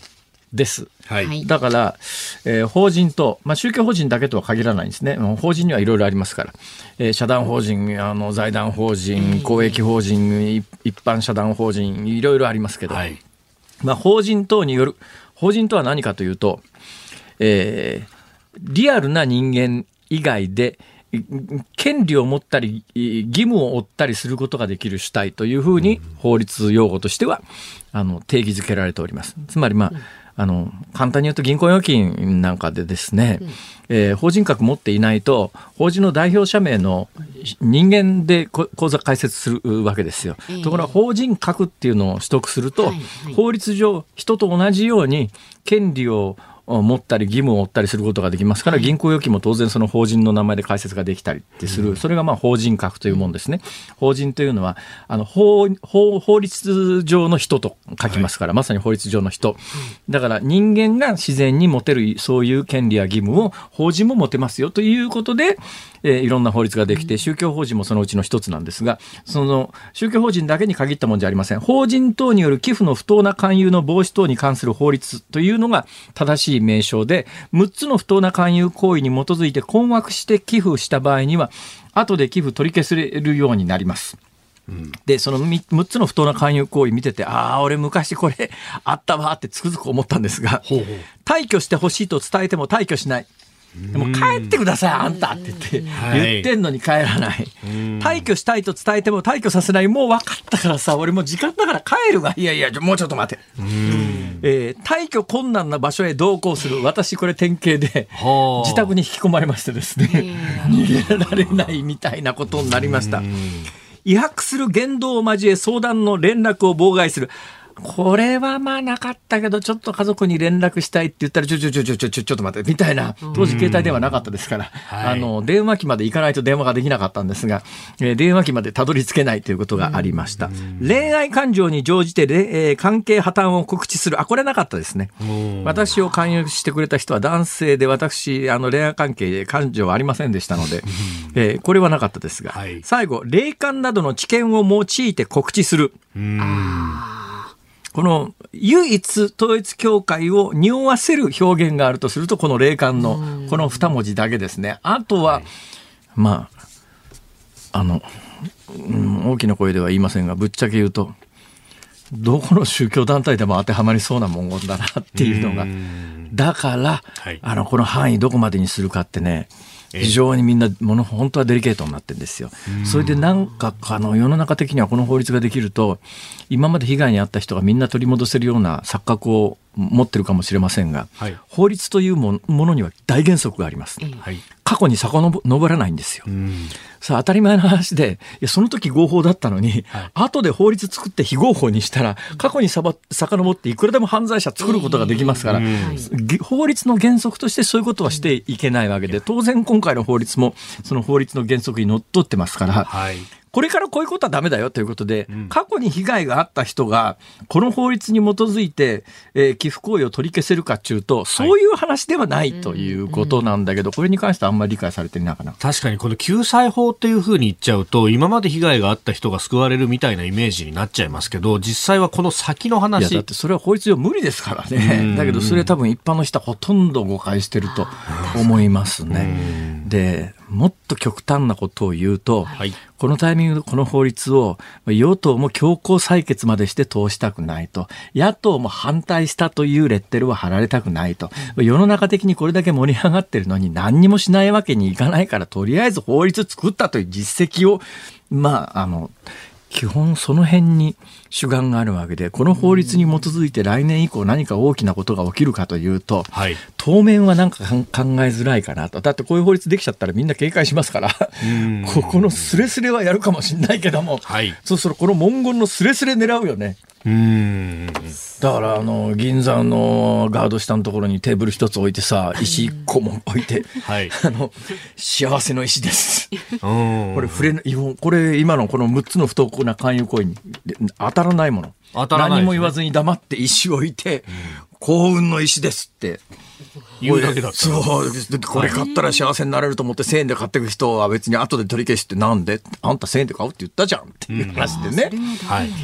です、 はい、 だから、えー、法人と、まあ、宗教法人だけとは限らないんですね。法人にはいろいろありますから、えー、社団法人、あの財団法人、公益法人、一般社団法人、いろいろありますけど、はい、まあ、法人等による、法人とは何かというと、えー、リアルな人間以外で権利を持ったり義務を負ったりすることができる主体というふうに法律用語としてはあの定義づけられております。つまり、まあ、あの簡単に言うと銀行預金なんかでですね、えー、法人格持っていないと法人の代表者名の人間で口座開設するわけですよ。ところが法人格っていうのを取得すると、法律上人と同じように権利を持ったり義務を負ったりすることができますから、銀行預金も当然その法人の名前で開設ができたりってする、それがまあ法人格というものですね。法人というのはあの 法, 法, 法律上の人と書きますから、まさに法律上の人だから、人間が自然に持てるそういう権利や義務を法人も持てますよということで、えー、いろんな法律ができて、宗教法人もそのうちの一つなんですが、その宗教法人だけに限ったものじゃありません。法人等による寄付の不当な勧誘の防止等に関する法律というのが正しい名称で、むっつの不当な勧誘行為に基づいて困惑して寄付した場合には後で寄付取り消せるようになります。でそのむっつの不当な勧誘行為見てて、ああ俺昔これあったわってつくづく思ったんですが、ほうほう、退去してほしいと伝えても退去しない、でも帰ってくださいあんたって言って言ってんのに帰らない、退去したいと伝えても退去させない、もう分かったからさ俺もう時間だから帰るわ、いやいやもうちょっと待て、えー、退去困難な場所へ同行する、私これ典型で自宅に引き込まれましてですね、逃げられないみたいなことになりました。威迫する言動を交え相談の連絡を妨害する、これはまあなかったけどちょっと家族に連絡したいって言ったらちょちょちょちょちょちょちょっと待ってみたいな、当時携帯電話なかったですから、はい、あの電話機まで行かないと電話ができなかったんですが、えー、電話機までたどり着けないということがありました。恋愛感情に乗じて、えー、関係破綻を告知する、あこれなかったですね。私を勧誘してくれた人は男性で、私あの恋愛関係で感情はありませんでしたので、えー、これはなかったですが、はい、最後霊感などの知見を用いて告知する、うーん、この唯一統一教会を匂わせる表現があるとするとこの霊感のこの二文字だけですね。あとは、はい、まああの、うん、大きな声では言いませんが、ぶっちゃけ言うとどこの宗教団体でも当てはまりそうな文言だなっていうのが、だから、はい、あのこの範囲どこまでにするかってね、非常にみんなもの本当はデリケートになってるんですよ。それでなんかあの世の中的にはこの法律ができると今まで被害に遭った人がみんな取り戻せるような錯覚を持ってるかもしれませんが、はい、法律というものには大原則があります、はい、過去に遡らないんですよ。さあ当たり前の話で、いやその時合法だったのに、はい、後で法律作って非合法にしたら過去にさば遡っていくらでも犯罪者作ることができますから、法律の原則としてそういうことはしていけないわけで、当然今回の法律もその法律の原則にのっとってますから、はい、これからこういうことはダメだよということで、うん、過去に被害があった人がこの法律に基づいて、えー、寄付行為を取り消せるかっていうと、そういう話ではないということなんだけど、これに関してはあんまり理解されていないかな。 確かにこの救済法っていうふうに言っちゃうと、今まで被害があった人が救われるみたいなイメージになっちゃいますけど、実際はこの先の話。 いやだってそれは法律上無理ですからね。だけどそれ多分一般の人はほとんど誤解してると思いますね。でもっと極端なことを言うと、はい、このタイミングでこの法律を与党も強行採決までして通したくないと、野党も反対したというレッテルは貼られたくないと、世の中的にこれだけ盛り上がってるのに何にもしないわけにいかないから、とりあえず法律作ったという実績をまああの基本その辺に主眼があるわけで、この法律に基づいて来年以降何か大きなことが起きるかというと、はい、当面はなんか考えづらいかなと。だってこういう法律できちゃったらみんな警戒しますから、ここのスレスレはやるかもしれないけども、はい、そうするとこの文言のスレスレ狙うよね。うーん、だからあの銀座のガード下のところにテーブル一つ置いてさ、石一個も置いて、はい、あの幸せの石ですこれ触れこれ今のこのむっつの不当な勧誘行為に当たらないもの、当たらないですね、何も言わずに黙って石を置いて、うん、幸運の石ですって言うだけだった。 そうこれ買ったら幸せになれると思ってせんえんで買っていく人は別に後で取り消しって、なんであんたせんえんで買うって言ったじゃんっていう話でね、うん、はい、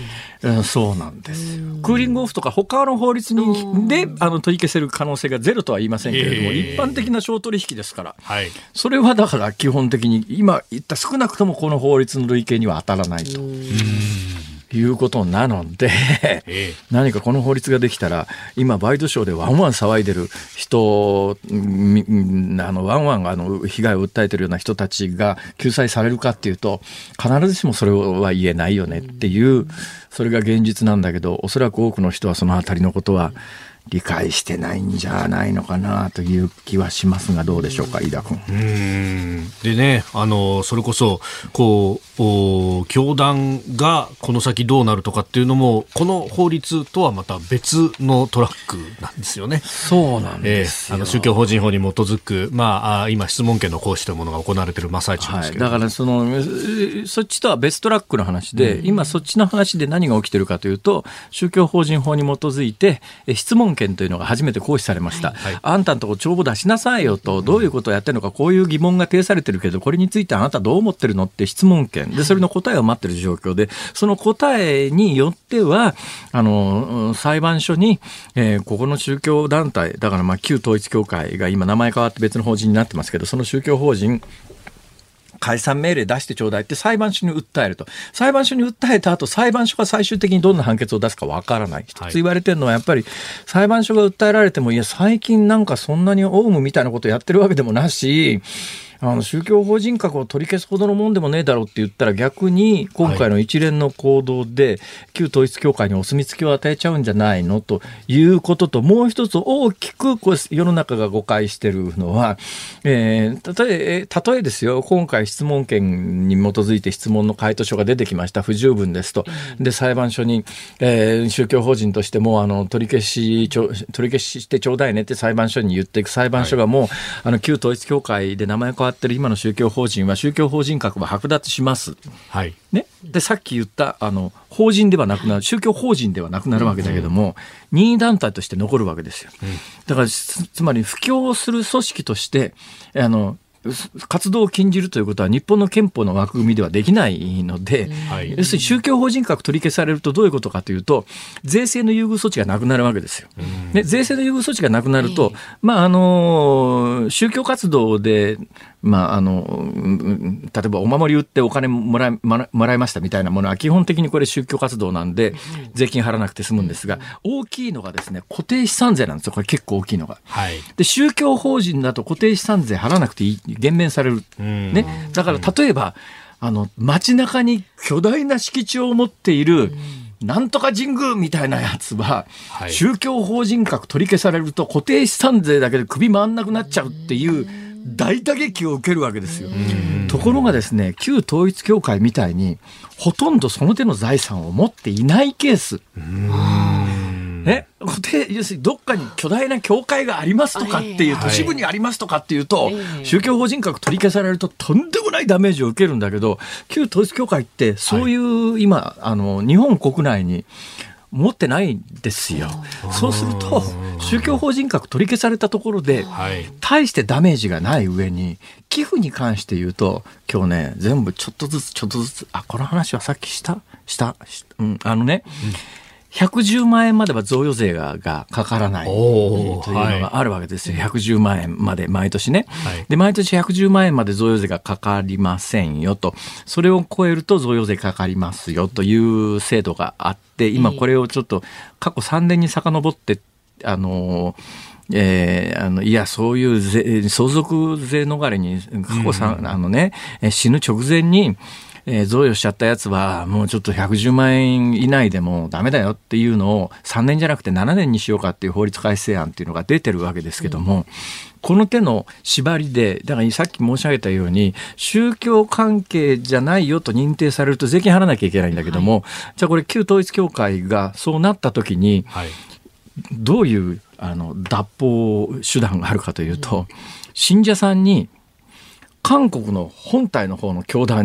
そうなんですよ。クーリングオフとか他の法律にであの取り消せる可能性がゼロとは言いませんけれども、一般的な商取引ですから、はい、それはだから基本的に今言った少なくともこの法律の類型には当たらないということなので、ええ、何かこの法律ができたら今ワイドショーでワンワン騒いでる人、あのワンワンあの被害を訴えてるような人たちが救済されるかっていうと必ずしもそれは言えないよねっていう、それが現実なんだけど、おそらく多くの人はそのあたりのことは理解してないんじゃないのかなという気はしますが、どうでしょうか、飯田君。 うーんでね、あのそれこそこう教団がこの先どうなるとかっていうのもこの法律とはまた別のトラックなんですよね。 そうなんですよ、 えー、あの宗教法人法に基づく、まあ、今質問権の行使というものが行われている真っ最中ですけど、 はい、だからそのそっちとは別トラックの話で、うん、今そっちの話で何が起きているかというと、宗教法人法に基づいて質問権というのが初めて行使されました、はい、あんたのとこ帳簿出しなさいよと、どういうことをやってるのか、こういう疑問が呈されてるけどこれについてあなたどう思ってるのって質問権で、それの答えを待ってる状況で、その答えによってはあの裁判所に、えー、ここの宗教団体だから、まあ旧統一教会が今名前変わって別の法人になってますけど、その宗教法人解散命令出してちょうだいって裁判所に訴えると、裁判所に訴えた後裁判所が最終的にどんな判決を出すかわからない。一つ言われてるのはやっぱり裁判所が訴えられても、いや最近なんかそんなにオウムみたいなことやってるわけでもなし、あの宗教法人格を取り消すほどのもんでもねえだろうって言ったら、逆に今回の一連の行動で旧統一教会にお墨付きを与えちゃうんじゃないのということと、もう一つ大きくこう世の中が誤解してるのは、えー、例え例えですよ、今回質問権に基づいて質問の回答書が出てきました、不十分ですと。で裁判所に、えー、宗教法人としてもあの取り消し取り消ししてちょうだいねって裁判所に言っていく。裁判所がもう、はい、あの旧統一教会で名前変わってる今の宗教法人は宗教法人格は剥奪します、はいね、でさっき言ったあの法人ではなくなる、宗教法人ではなくなるわけだけども、うん、任意団体として残るわけですよ、うん、だからつ, つまり布教する組織としてあの活動を禁じるということは日本の憲法の枠組みではできないので、はい、要するに宗教法人格取り消されるとどういうことかというと、税制の優遇措置がなくなるわけですよ。で税制の優遇措置がなくなると、まああの宗教活動でまあ、あの例えばお守り売ってお金もらい、もらいましたみたいなものは基本的にこれ宗教活動なんで税金払わなくて済むんですが、大きいのがですね固定資産税なんですよ。これ結構大きいのが、はい、で宗教法人だと固定資産税払わなくていい、減免される、ね、だから例えばあの街中に巨大な敷地を持っているなんとか神宮みたいなやつは、はい、宗教法人格取り消されると固定資産税だけで首回んなくなっちゃうっていう大打撃を受けるわけですよ。ところがですね、旧統一教会みたいにほとんどその手の財産を持っていないケース、うーんね、固定要するにどっかに巨大な教会がありますとかっていう、都市部にありますとかっていうと、宗教法人格取り消されるととんでもないダメージを受けるんだけど、旧統一教会ってそういう今あの日本国内に持ってないんですよ。そうすると宗教法人格取り消されたところで、はい、大してダメージがない上に寄付に関して言うと、今日ね全部ちょっとずつちょっとずつ、あこの話はさっきしたした、うん、あのね、うん、ひゃくじゅうまんえんまでは贈与税 が, がかからないというのがあるわけですよ。ひゃくじゅうまんえんまで毎年ね、はい、で毎年ひゃくじゅうまんえんまで贈与税がかかりませんよと、それを超えると贈与税かかりますよという制度があって、今これをちょっと過去さんねんに遡ってあのえー、あのいやそういう税相続税逃れに過去さ、うん、あのね死ぬ直前にえー、贈与しちゃったやつはもうちょっとひゃくじゅうまんえん以内でもダメだよっていうのをさんねんじゃなくてななねんにしようかっていう法律改正案っていうのが出てるわけですけども、うん、この手の縛りで、だからさっき申し上げたように宗教関係じゃないよと認定されると税金払わなきゃいけないんだけども、はい、じゃあこれ旧統一教会がそうなった時に、はい、どういうあの脱法手段があるかというと、うん、信者さんに韓国の本体の方の教団に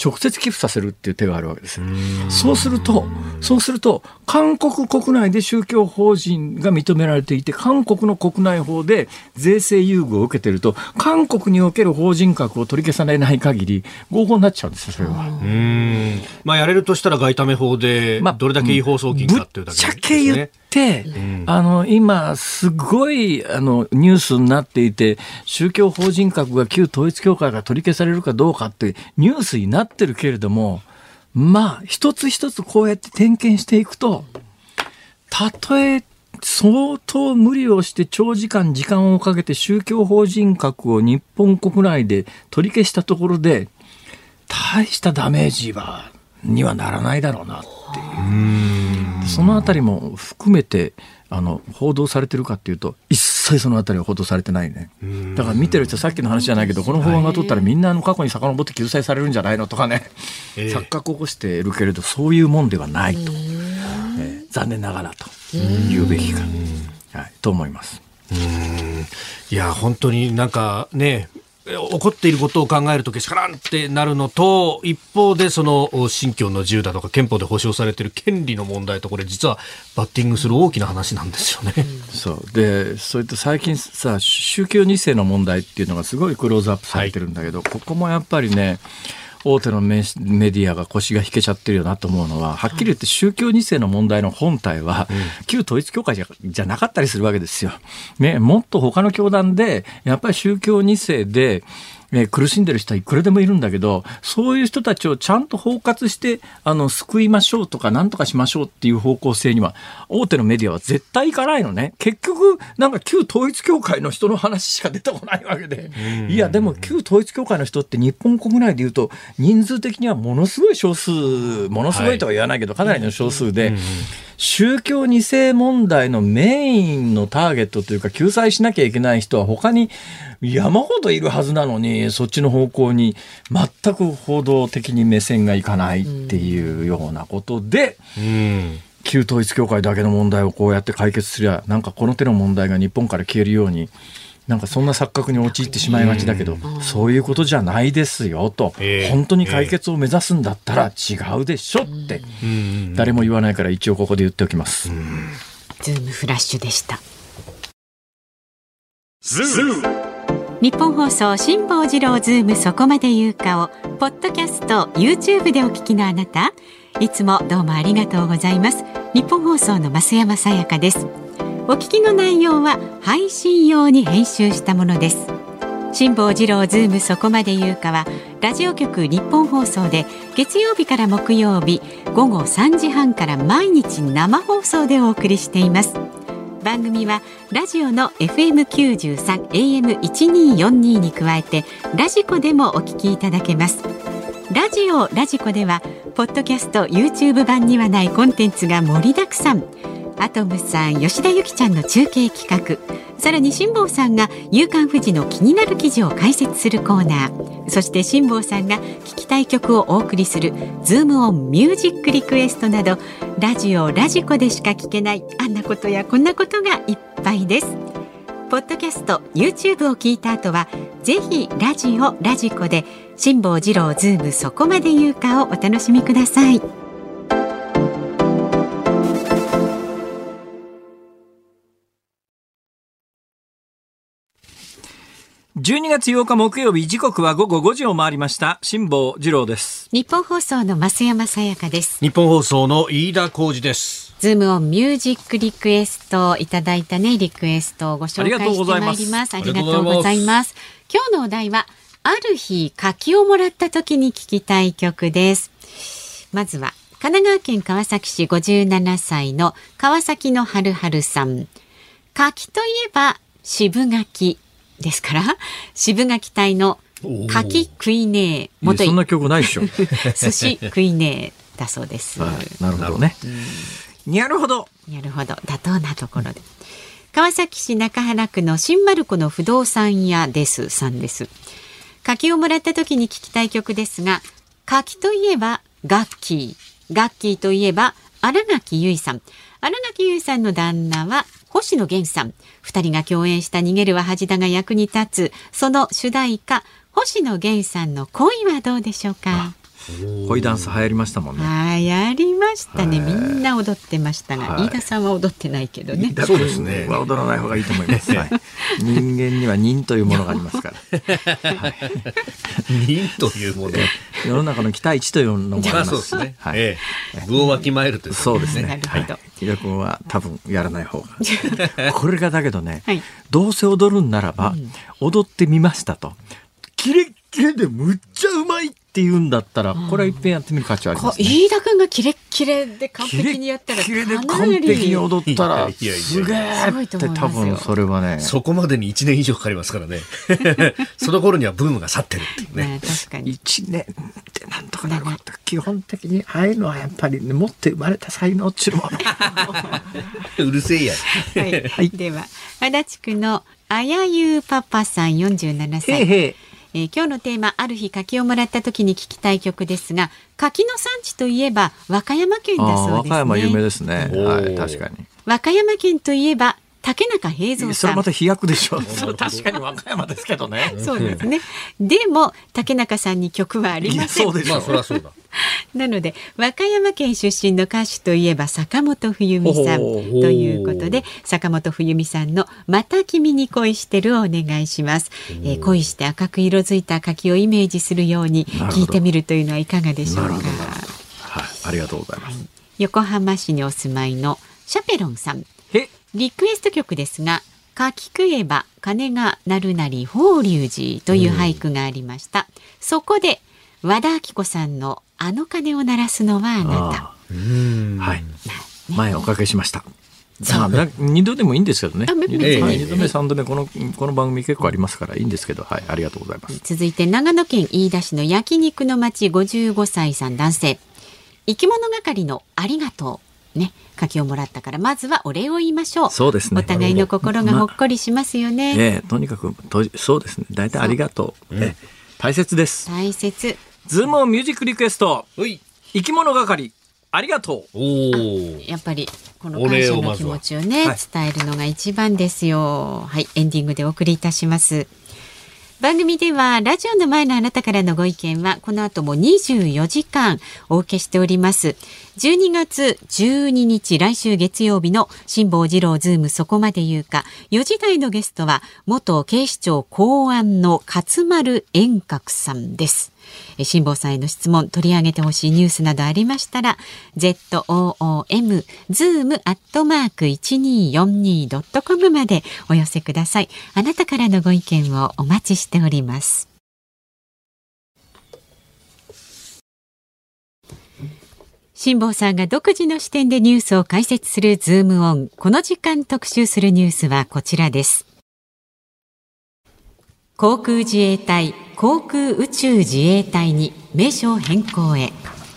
直接寄付させるっていう手があるわけですよ。そうすると、そうすると、韓国国内で宗教法人が認められていて、韓国の国内法で税制優遇を受けていると、韓国における法人格を取り消されない限り、合法になっちゃうんですよ、それは。 うーん、まあ、やれるとしたら外為法で、どれだけ違法送金かっていうだけですね。 ぶっちゃけ言って、うん、あの今すごいあのニュースになっていて、宗教法人格が旧統一教会が取り消されるかどうかってニュースになってるけれども、まあ一つ一つこうやって点検していくと、たとえ相当無理をして長時間時間をかけて宗教法人格を日本国内で取り消したところで大したダメージはにはならないだろうなっていう、そのあたりも含めてあの報道されてるかっていうと、一切そのあたりは報道されてないね。だから見てる人、さっきの話じゃないけど、この法案が通ったらみんなあの過去に遡って救済されるんじゃないのとかね、えー、錯覚を起こしているけれど、そういうもんではないと、えー、残念ながらと言うべきか、はい、と思います。 うーん、いや本当になんかね、起こっていることを考えるとけしからんってなるのと、一方でその信教の自由だとか憲法で保障されている権利の問題と、これ実はバッティングする大きな話なんですよね。 そうで、そういった最近さ、宗教に世の問題っていうのがすごいクローズアップされてるんだけど、はい、ここもやっぱりね、大手のメディアが腰が引けちゃってるよなと思うのは、はっきり言って宗教に世の問題の本体は、うん、旧統一教会じゃ、じゃなかったりするわけですよ。ね、もっと他の教団で、やっぱり宗教に世で、えー、苦しんでる人はいくらでもいるんだけど、そういう人たちをちゃんと包括してあの救いましょうとか何とかしましょうっていう方向性には大手のメディアは絶対いかないのね。結局なんか旧統一教会の人の話しか出てこないわけで、いやでも旧統一教会の人って日本国内でいうと人数的にはものすごい少数、ものすごいとは言わないけどかなりの少数で、宗教に世問題のメインのターゲットというか救済しなきゃいけない人は他に山ほどいるはずなのに、そっちの方向に全く報道的に目線がいかないっていうようなことで、うん、旧統一教会だけの問題をこうやって解決すりゃ、なんかこの手の問題が日本から消えるように、なんかそんな錯覚に陥ってしまいがちだけど、うん、そういうことじゃないですよと、えー、本当に解決を目指すんだったら違うでしょって、うん、誰も言わないから一応ここで言っておきます。うん、 ズームフラッシュでした。ズーム日本放送辛坊治郎ズームそこまで言うかをポッドキャスト YouTube でお聞きのあなた、いつもどうもありがとうございます。日本放送の増山さやかです。お聞きの内容は配信用に編集したものです。辛坊治郎ズームそこまで言うかはラジオ局日本放送で月曜日から木曜日午後さんじはんから毎日生放送でお送りしています。番組はラジオの エフエムきゅうじゅうさん エーエムせんにひゃくよんじゅうに に加えてラジコでもお聞きいただけます。ラジオラジコではポッドキャスト YouTube 版にはないコンテンツが盛りだくさん。アトムさん、吉田ゆきちゃんの中継企画、さらに辛坊さんが夕刊フジの気になる記事を解説するコーナー、そして辛坊さんが聞きたい曲をお送りするズームオンミュージックリクエストなど、ラジオラジコでしか聞けないあんなことやこんなことがいっぱいです。ポッドキャスト YouTube を聞いた後はぜひラジオラジコで辛坊治郎ズームそこまで言うかをお楽しみください。 じゅうにがつようか木曜日、時刻は午後ごじを回りました。辛坊治郎です。 日本放送の増山さやかです。 日本放送の飯田浩二です。 ズームオンミュージックリクエストいただいたね、リクエストをご紹介してまいります。ありがとうございます。今日のお題はある日柿をもらった時に聴きたい曲です。まずは神奈川県川崎市ごじゅうななさいの川崎のはるはるさん。柿といえば渋柿ですから、渋柿隊の柿食いねえ、 元いそんな曲ないでしょ寿司食いねえだそうです。 はい、なるほどね。なるほど。 なるほど。妥当なところで。川崎市中原区の新丸子の不動産屋ですさんです。柿をもらった時に聴きたい曲ですが、柿といえばガッキー、ガッキーといえば新垣結衣さん。新垣結衣さんの旦那は星野源さん。二人が共演した逃げるは恥だが役に立つ、その主題歌、星野源さんの恋はどうでしょうか。 恋ダンス流行りましたもんね。 あ、やりましたね。みんな踊ってましたが、飯田さんは踊ってないけどね。 そうですね。は踊らない方がいいと思います。はい、人間には忍というものがありますから。はい、 忍というもの。 世の中の期待値というのもあります。 そうですね。はい。ええ、具をわきまえるという、ね。 そうですね。 なるほど。 飯田君は多分やらない方が。これがだけどね、はい、どうせ踊るんならば、うん、踊ってみましたと。キレッキレでむっちゃうまいって言うんだったら、これは一遍やってみる価値はありますね。 飯田君がキレッキレで完璧にやったら、 キレッキレで完璧に踊ったらすげーって多分それはね、 そこまでにいちねん以上かかりますからね。その頃にはブームが去ってるっていうね。 確かにいちねんってなんとかなること。基本的にああいうのはやっぱり、ね、持って生まれた才能っちゅうもの。うるせえや。 はい、はい、では足立区のあやゆうパパさんよんじゅうななさい。へーへー、えー、今日のテーマ、ある日柿をもらった時に聞きたい曲ですが、柿の産地といえば和歌山県だそうですね。 和歌山有名ですね。はい、確かに。 和歌山県といえば竹中平蔵さん。 それまた飛躍でしょ。そう確かに和歌山ですけどね。 そうですね。でも竹中さんに曲はありません。 そうでしょ。まあそりゃそうだ。 なので和歌山県出身の歌手といえば坂本冬美さんということで、坂本冬美さんのまた君に恋してるをお願いします。えー、恋して赤く色づいた柿をイメージするように聞いてみるというのはいかがでしょうか。はい、 ありがとうございます。 横浜市にお住まいのシャペロンさん、リクエスト曲ですが、柿食えば鐘が鳴るなり法隆寺という俳句がありました。そこで和田アキ子さんのあの鐘を鳴らすのはあなた。 うん、はい、前おかけしました。二度でもいいんですけどね。二度目三度目このこの番組結構ありますからいいんですけど、はい、ありがとうございます。 続いて長野県飯田市の焼肉の町ごじゅうごさいさん男性。生き物係のありがとうね、柿をもらったからまずはお礼を言いましょう。 そうですね。 お互いの心がほっこりしますよね。 まえー、とにかくとそうですね。大体ありがとう。う、ね、大切です。 大切。 ズームオンミュージックリクエスト。生き物係ありがとう。 おやっぱりこの感謝の気持ちをね、はい、伝えるのが一番ですよ。はい、エンディングでお送りいたします。番組ではラジオの前のあなたからのご意見はこの後もにじゅうよじかんお受けしております。じゅうにがつじゅうににち来週月曜日の辛坊治郎ズームそこまで言うか、よじ台のゲストは元警視庁公安の勝丸円覚さんです。辛坊さんへの質問、取り上げてほしいニュースなどありましたら ズーム ズーム アットマーク いちにーよんにー ドットコム までお寄せください。あなたからのご意見をお待ちしております。辛坊さんが独自の視点でニュースを解説するズームオン。この時間特集するニュースはこちらです。航空自衛隊航空宇宙自衛隊に名称変更へ。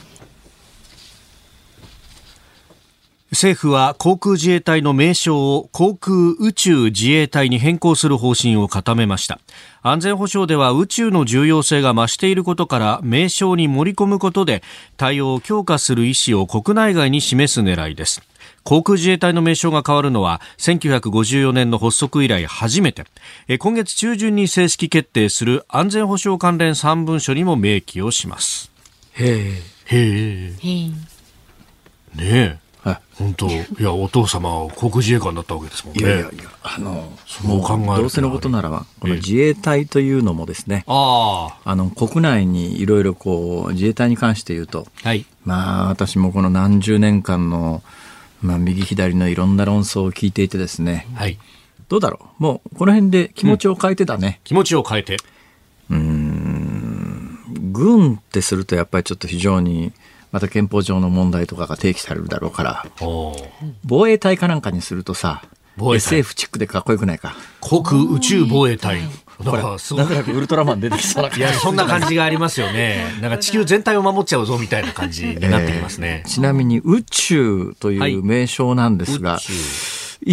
政府は航空自衛隊の名称を航空宇宙自衛隊に変更する方針を固めました。安全保障では宇宙の重要性が増していることから名称に盛り込むことで対応を強化する意思を国内外に示す狙いです。航空自衛隊の名称が変わるのはせんきゅうひゃくごじゅうよねんの発足以来初めて、今月中旬に正式決定する安全保障関連さん文書にも明記をします。 へえへえねえ、はい、本当、いやお父様は航空自衛官だったわけですもんね。 いやいやいや、あのそう考えるとどうせのことならばこの自衛隊というのもですね、ああの国内にいろいろこう自衛隊に関して言うと、はい、まあ私もこの何十年間のまあ、右左のいろんな論争を聞いていてですね、はい、どうだろう、もうこの辺で気持ちを変えてだね、 うん、気持ちを変えてうーん軍ってするとやっぱりちょっと非常にまた憲法上の問題とかが提起されるだろうから、防衛隊かなんかにするとさ エスエフ チックでかっこよくないか。 航空宇宙防衛隊だからすごいなんとなくウルトラマン出てきそうな感じ。 いやそんな感じがありますよね。なんか地球全体を守っちゃうぞみたいな感じになってきますね。 えー、ちなみに宇宙という名称なんですが、はい、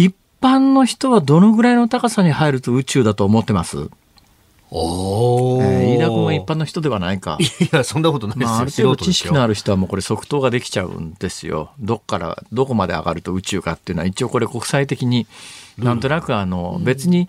一般の人はどのぐらいの高さに入ると宇宙だと思ってます？おー、えー、飯田君は一般の人ではないか。 いやそんなことないですよ、まあ、 ある程度知識のある人はもうこれ即答ができちゃうんですよ。どっからどこまで上がると宇宙かっていうのは一応これ国際的になんとなくあの別に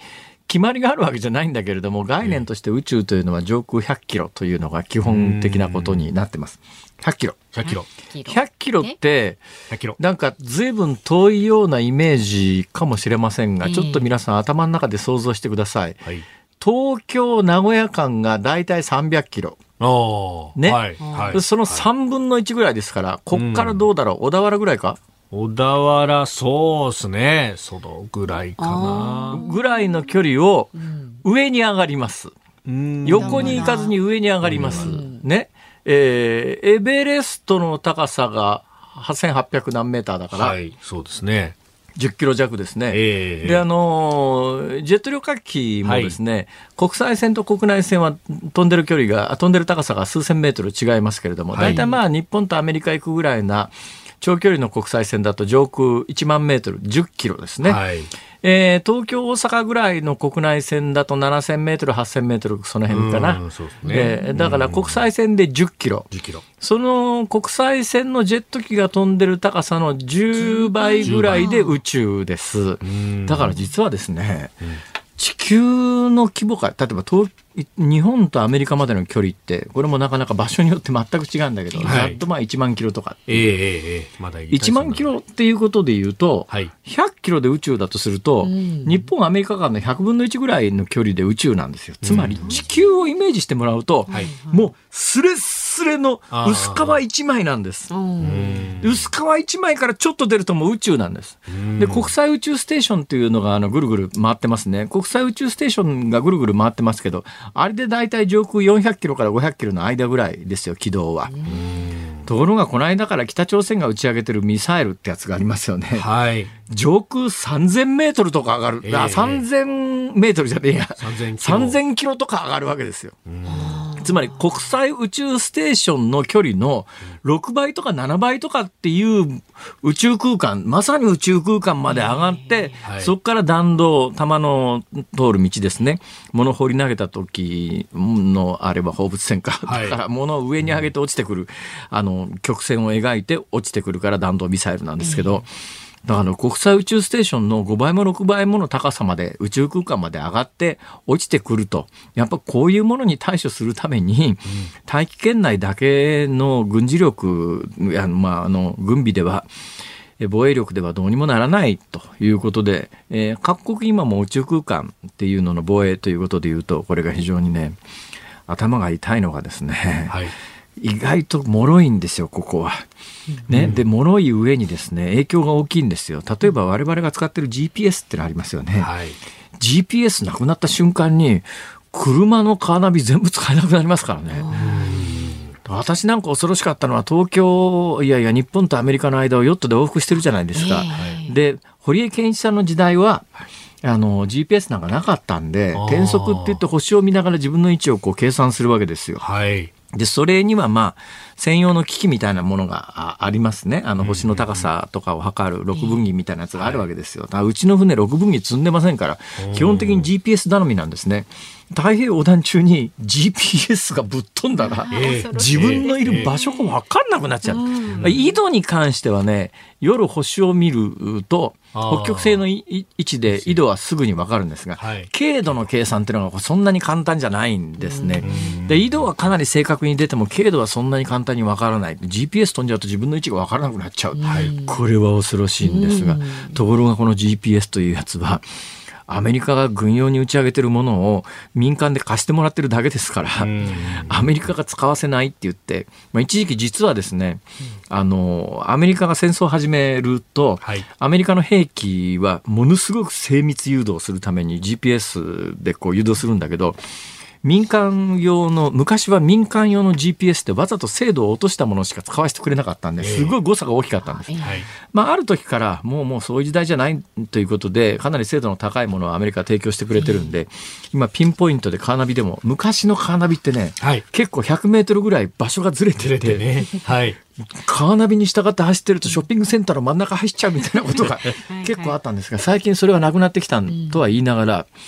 決まりがあるわけじゃないんだけれども、概念として宇宙というのは上空ひゃっキロというのが基本的なことになってます。ひゃっキロ。 ひゃっキロ。 ひゃっキロって、なんか随分遠いようなイメージかもしれませんが、ちょっと皆さん頭の中で想像してください。はい、東京名古屋間がだいたいさんびゃくキロ。ね、はいはい、そのさんぶんのいちぐらいですから、こっからどうだろう、小田原ぐらいか。 小田原、そうですね。そのぐらいかな。 ぐらいの距離を上に上がります。うん、横に行かずに上に上がります。ね。えー、エベレストの高さがはっせんはっぴゃく何メーターだから。 はい、そうですね。 じゅっキロ弱ですね。えー、で、あの、ジェット旅客機もですね、はい、国際線と国内線は飛んでる距離が、飛んでる高さが数千メートル違いますけれども、大体まあ日本とアメリカ行くぐらいな、長距離の国際線だと上空いちまんメートル、じゅっキロですね。はい、えー、東京、大阪ぐらいの国内線だとななせんメートル、はっせんメートル、その辺かな。そうですね、えー、だから国際線でじゅっキロ。じゅっキロ。その国際線のジェット機が飛んでる高さのじゅうばいぐらいで宇宙です。だから実はですね、うん、地球の規模が、例えば東日本とアメリカまでの距離って、これもなかなか場所によって全く違うんだけど、はい、ざっとまあいちまんキロとか。えーえー、まだいいちまんキロっていうことで言うと、はい、ひゃっキロで宇宙だとすると、うん、日本、アメリカ間のひゃくぶんのいちぐらいの距離で宇宙なんですよ。つまり地球をイメージしてもらうと、うん、もうスレスレの薄皮いちまいなんです。薄皮いちまいからちょっと出るともう宇宙なんです。で、国際宇宙ステーションっていうのがあのぐるぐる回ってますね。国際宇宙ステーションがぐるぐる回ってますけど、あれでだいたい上空よんひゃっキロからごひゃっキロの間ぐらいですよ、軌道は。ところがこの間から北朝鮮が打ち上げてるミサイルってやつがありますよね。はい、上空さんぜんメートルとか上がる。えー、あ、さんぜんメートルじゃねえや。さんぜんキロとか上がるわけですよ。つまり国際宇宙ステーションの距離のろくばいとかななばいとかっていう宇宙空間、まさに宇宙空間まで上がって、はい、そこから弾道、弾の通る道ですね。物を放り投げた時のあれば放物線か。だから物を上に上げて落ちてくる、あの、曲線を描いて落ちてくるから弾道ミサイルなんですけど、だから国際宇宙ステーションのごばいもろくばいもの高さまで宇宙空間まで上がって落ちてくると、やっぱこういうものに対処するために大気圏内だけの軍事力、あの、まあ、あの軍備では防衛力ではどうにもならないということで、えー、各国今も宇宙空間っていうのの防衛ということでいうと、これが非常にね頭が痛いのがですね、はい、意外と脆いんですよ、ここは。ね、で脆い上にですね影響が大きいんですよ。例えば我々が使っている ジーピーエス ってのありますよね、はい、ジーピーエス なくなった瞬間に車のカーナビ全部使えなくなりますからね。私なんか恐ろしかったのは、東京、いやいや日本とアメリカの間をヨットで往復してるじゃないですか、えー、で堀江謙一さんの時代はあの ジーピーエス なんかなかったんで、転速って言って星を見ながら自分の位置をこう計算するわけですよ。はい、でそれにはまあ専用の機器みたいなものが あ, ありますね。あの星の高さとかを測るろくぶんぎみたいなやつがあるわけですよ。だからうちの船ろくぶんぎ積んでませんから、基本的に ジーピーエス 頼みなんですね。太平洋横断中に ジーピーエス がぶっ飛んだら、えー、自分のいる場所が分かんなくなっちゃう、えー、緯度に関してはね、夜星を見ると北極星の位置で緯度はすぐに分かるんですが、はい、経度の計算っていうのがそんなに簡単じゃないんですね。で緯度はかなり正確に出ても経度はそんなに簡単に分からない。 ジーピーエス 飛んじゃうと自分の位置が分からなくなっちゃう、はい、これは恐ろしいんですが、ところがこの ジーピーエス というやつはアメリカが軍用に打ち上げてるものを民間で貸してもらってるだけですから、アメリカが使わせないって言って、まあ、一時期実はですね、あのアメリカが戦争を始めると、はい、アメリカの兵器はものすごく精密誘導するために ジーピーエス でこう誘導するんだけど、民間用の、昔は民間用の ジーピーエス ってわざと精度を落としたものしか使わせてくれなかったんで、すごい誤差が大きかったんです、えーはい、まあ、ある時からもうもうそういう時代じゃないということで、かなり精度の高いものをアメリカは提供してくれてるんで、今ピンポイントでカーナビでも、昔のカーナビってね、はい、結構ひゃくメートルぐらい場所がずれてて、ね、はい、カーナビに従って走ってるとショッピングセンターの真ん中走っちゃうみたいなことが結構あったんですが、最近それはなくなってきたとは言いながら、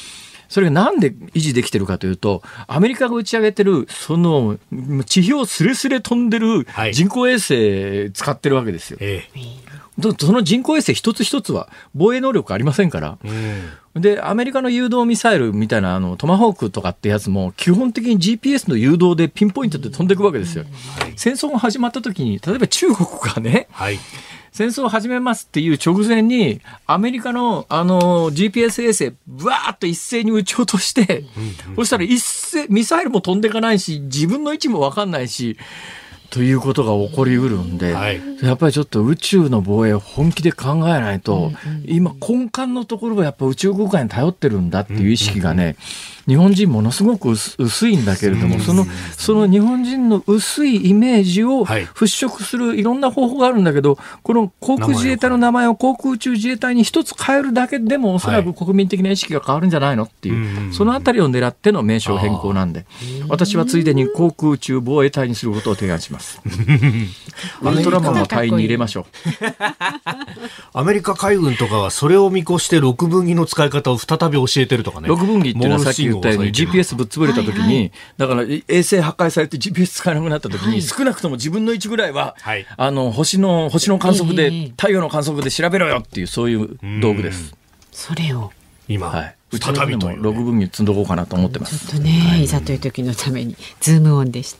それがなんで維持できてるかというと、アメリカが打ち上げてるその地表すれすれ飛んでる人工衛星使ってるわけですよ、はい、その人工衛星一つ一つは防衛能力ありませんから、うん、でアメリカの誘導ミサイルみたいなあのトマホークとかってやつも基本的に ジーピーエス の誘導でピンポイントで飛んでいくわけですよ、はい、戦争が始まった時に例えば中国がね、はい、戦争を始めますっていう直前にアメリカの、あの ジーピーエス 衛星ブワーッと一斉に撃ち落として、うんうん、そしたら一斉ミサイルも飛んでいかないし自分の位置も分かんないしということが起こりうるんで、はい、やっぱりちょっと宇宙の防衛を本気で考えないと、うんうんうん、今根幹のところはやっぱ宇宙空間に頼ってるんだっていう意識がね、うんうんうん日本人ものすごく薄いんだけれども、その、その日本人の薄いイメージを払拭するいろんな方法があるんだけど、この航空自衛隊の名前を航空宇宙自衛隊に一つ変えるだけでもおそらく国民的な意識が変わるんじゃないのっていう、そのあたりを狙っての名称変更なんで、私はついでに航空宇宙防衛隊にすることを提案します。ウルトラマンも隊員に入れましょう。 アメリカ海軍とかはそれを見越して六分儀の使い方を再び教えてるとかね。 六分儀っていうのはさっき言ったように ジーピーエス ぶっ潰れた時に、はいはい、だから衛星破壊されて ジーピーエス 使えなくなった時に、はい、少なくとも自分の位置ぐらいは、はい、あの星の星の観測で、えー、太陽の観測で調べろよっていうそういう道具です。 それを今、はい、再びという、ね、 ログ分に積んどこうかなと思ってます。 ちょっとね、はい、いざという時のためにズームオンでした。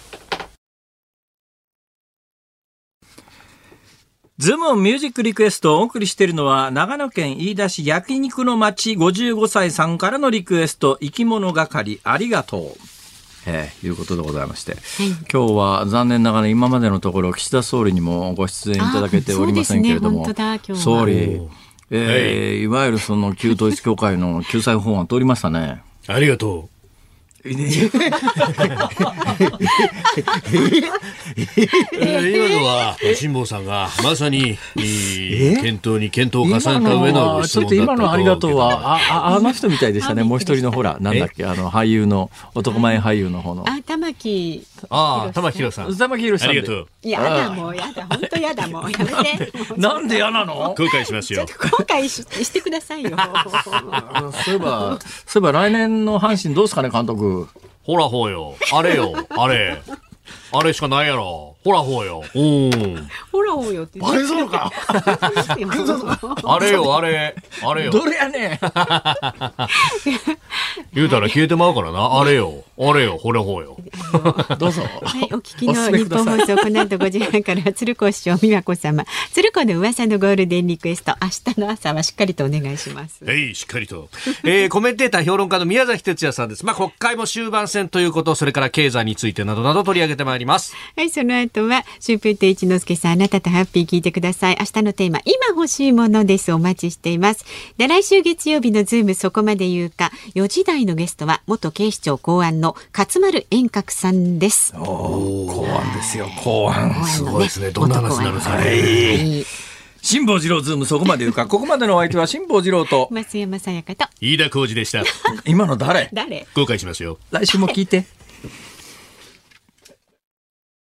ズームオンミュージックリクエストをお送りしているのは長野県飯田市焼肉の町ごじゅうごさいさんからのリクエスト生き物係ありがとう、えー、いうことでございまして、はい、今日は残念ながら今までのところ岸田総理にもご出演いただけておりませんけれども、ね、総理、えー、いわゆるその旧統一教会の救済法案通りましたね。 ありがとう。今のは辛坊さんがまさに検討に検討を重ねた上の質問だったと。ちょっと今のありがとうは あ, あの人みたいでしたね。もう一人のほらなんだっけあの俳優の男前俳優の方のあ玉木あ玉木宏さん玉木宏さんでありがとう。 やだもうやだ本当やだもうやめてなんで嫌なの。 後悔しますよ。 ちょっと後悔 し, してくださいよ。 そういえばそういえば来年の阪神どうですかね監督。 ほらほうよあれよあれあれしかないやろ。ほらほうよおほらほうよってあれそうかあれよあれあれよどれやねん言うたら消えてまうからな。あれよあれよほらほうよどうぞ。 はい、お聞きの日本放送この後ごじはんから鶴子師匠美和子様鶴子の噂のゴールデンリクエスト明日の朝はしっかりとお願いします。 はい、しっかりと、えー、コメンテーター評論家の宮崎哲也さんです。まあ国会も終盤戦ということ、それから経済についてなどなど取り上げてまいります。 はい、その後は春風亭一之輔さんあなたとハッピー聞いてください。明日のテーマ今欲しいものです。お待ちしています。で来週月曜日のズームそこまで言うかよじ台のゲストは元警視庁公安の勝丸円覚さんです。 お公安ですよ公安、 ね、すごいですね。どんな話になるんですかね。 はい辛坊治郎ズームそこまで言うかここまでのお相手は辛坊治郎と増山さやかと飯田浩司でした。 今の誰誰後悔しますよ。 来週も聞いて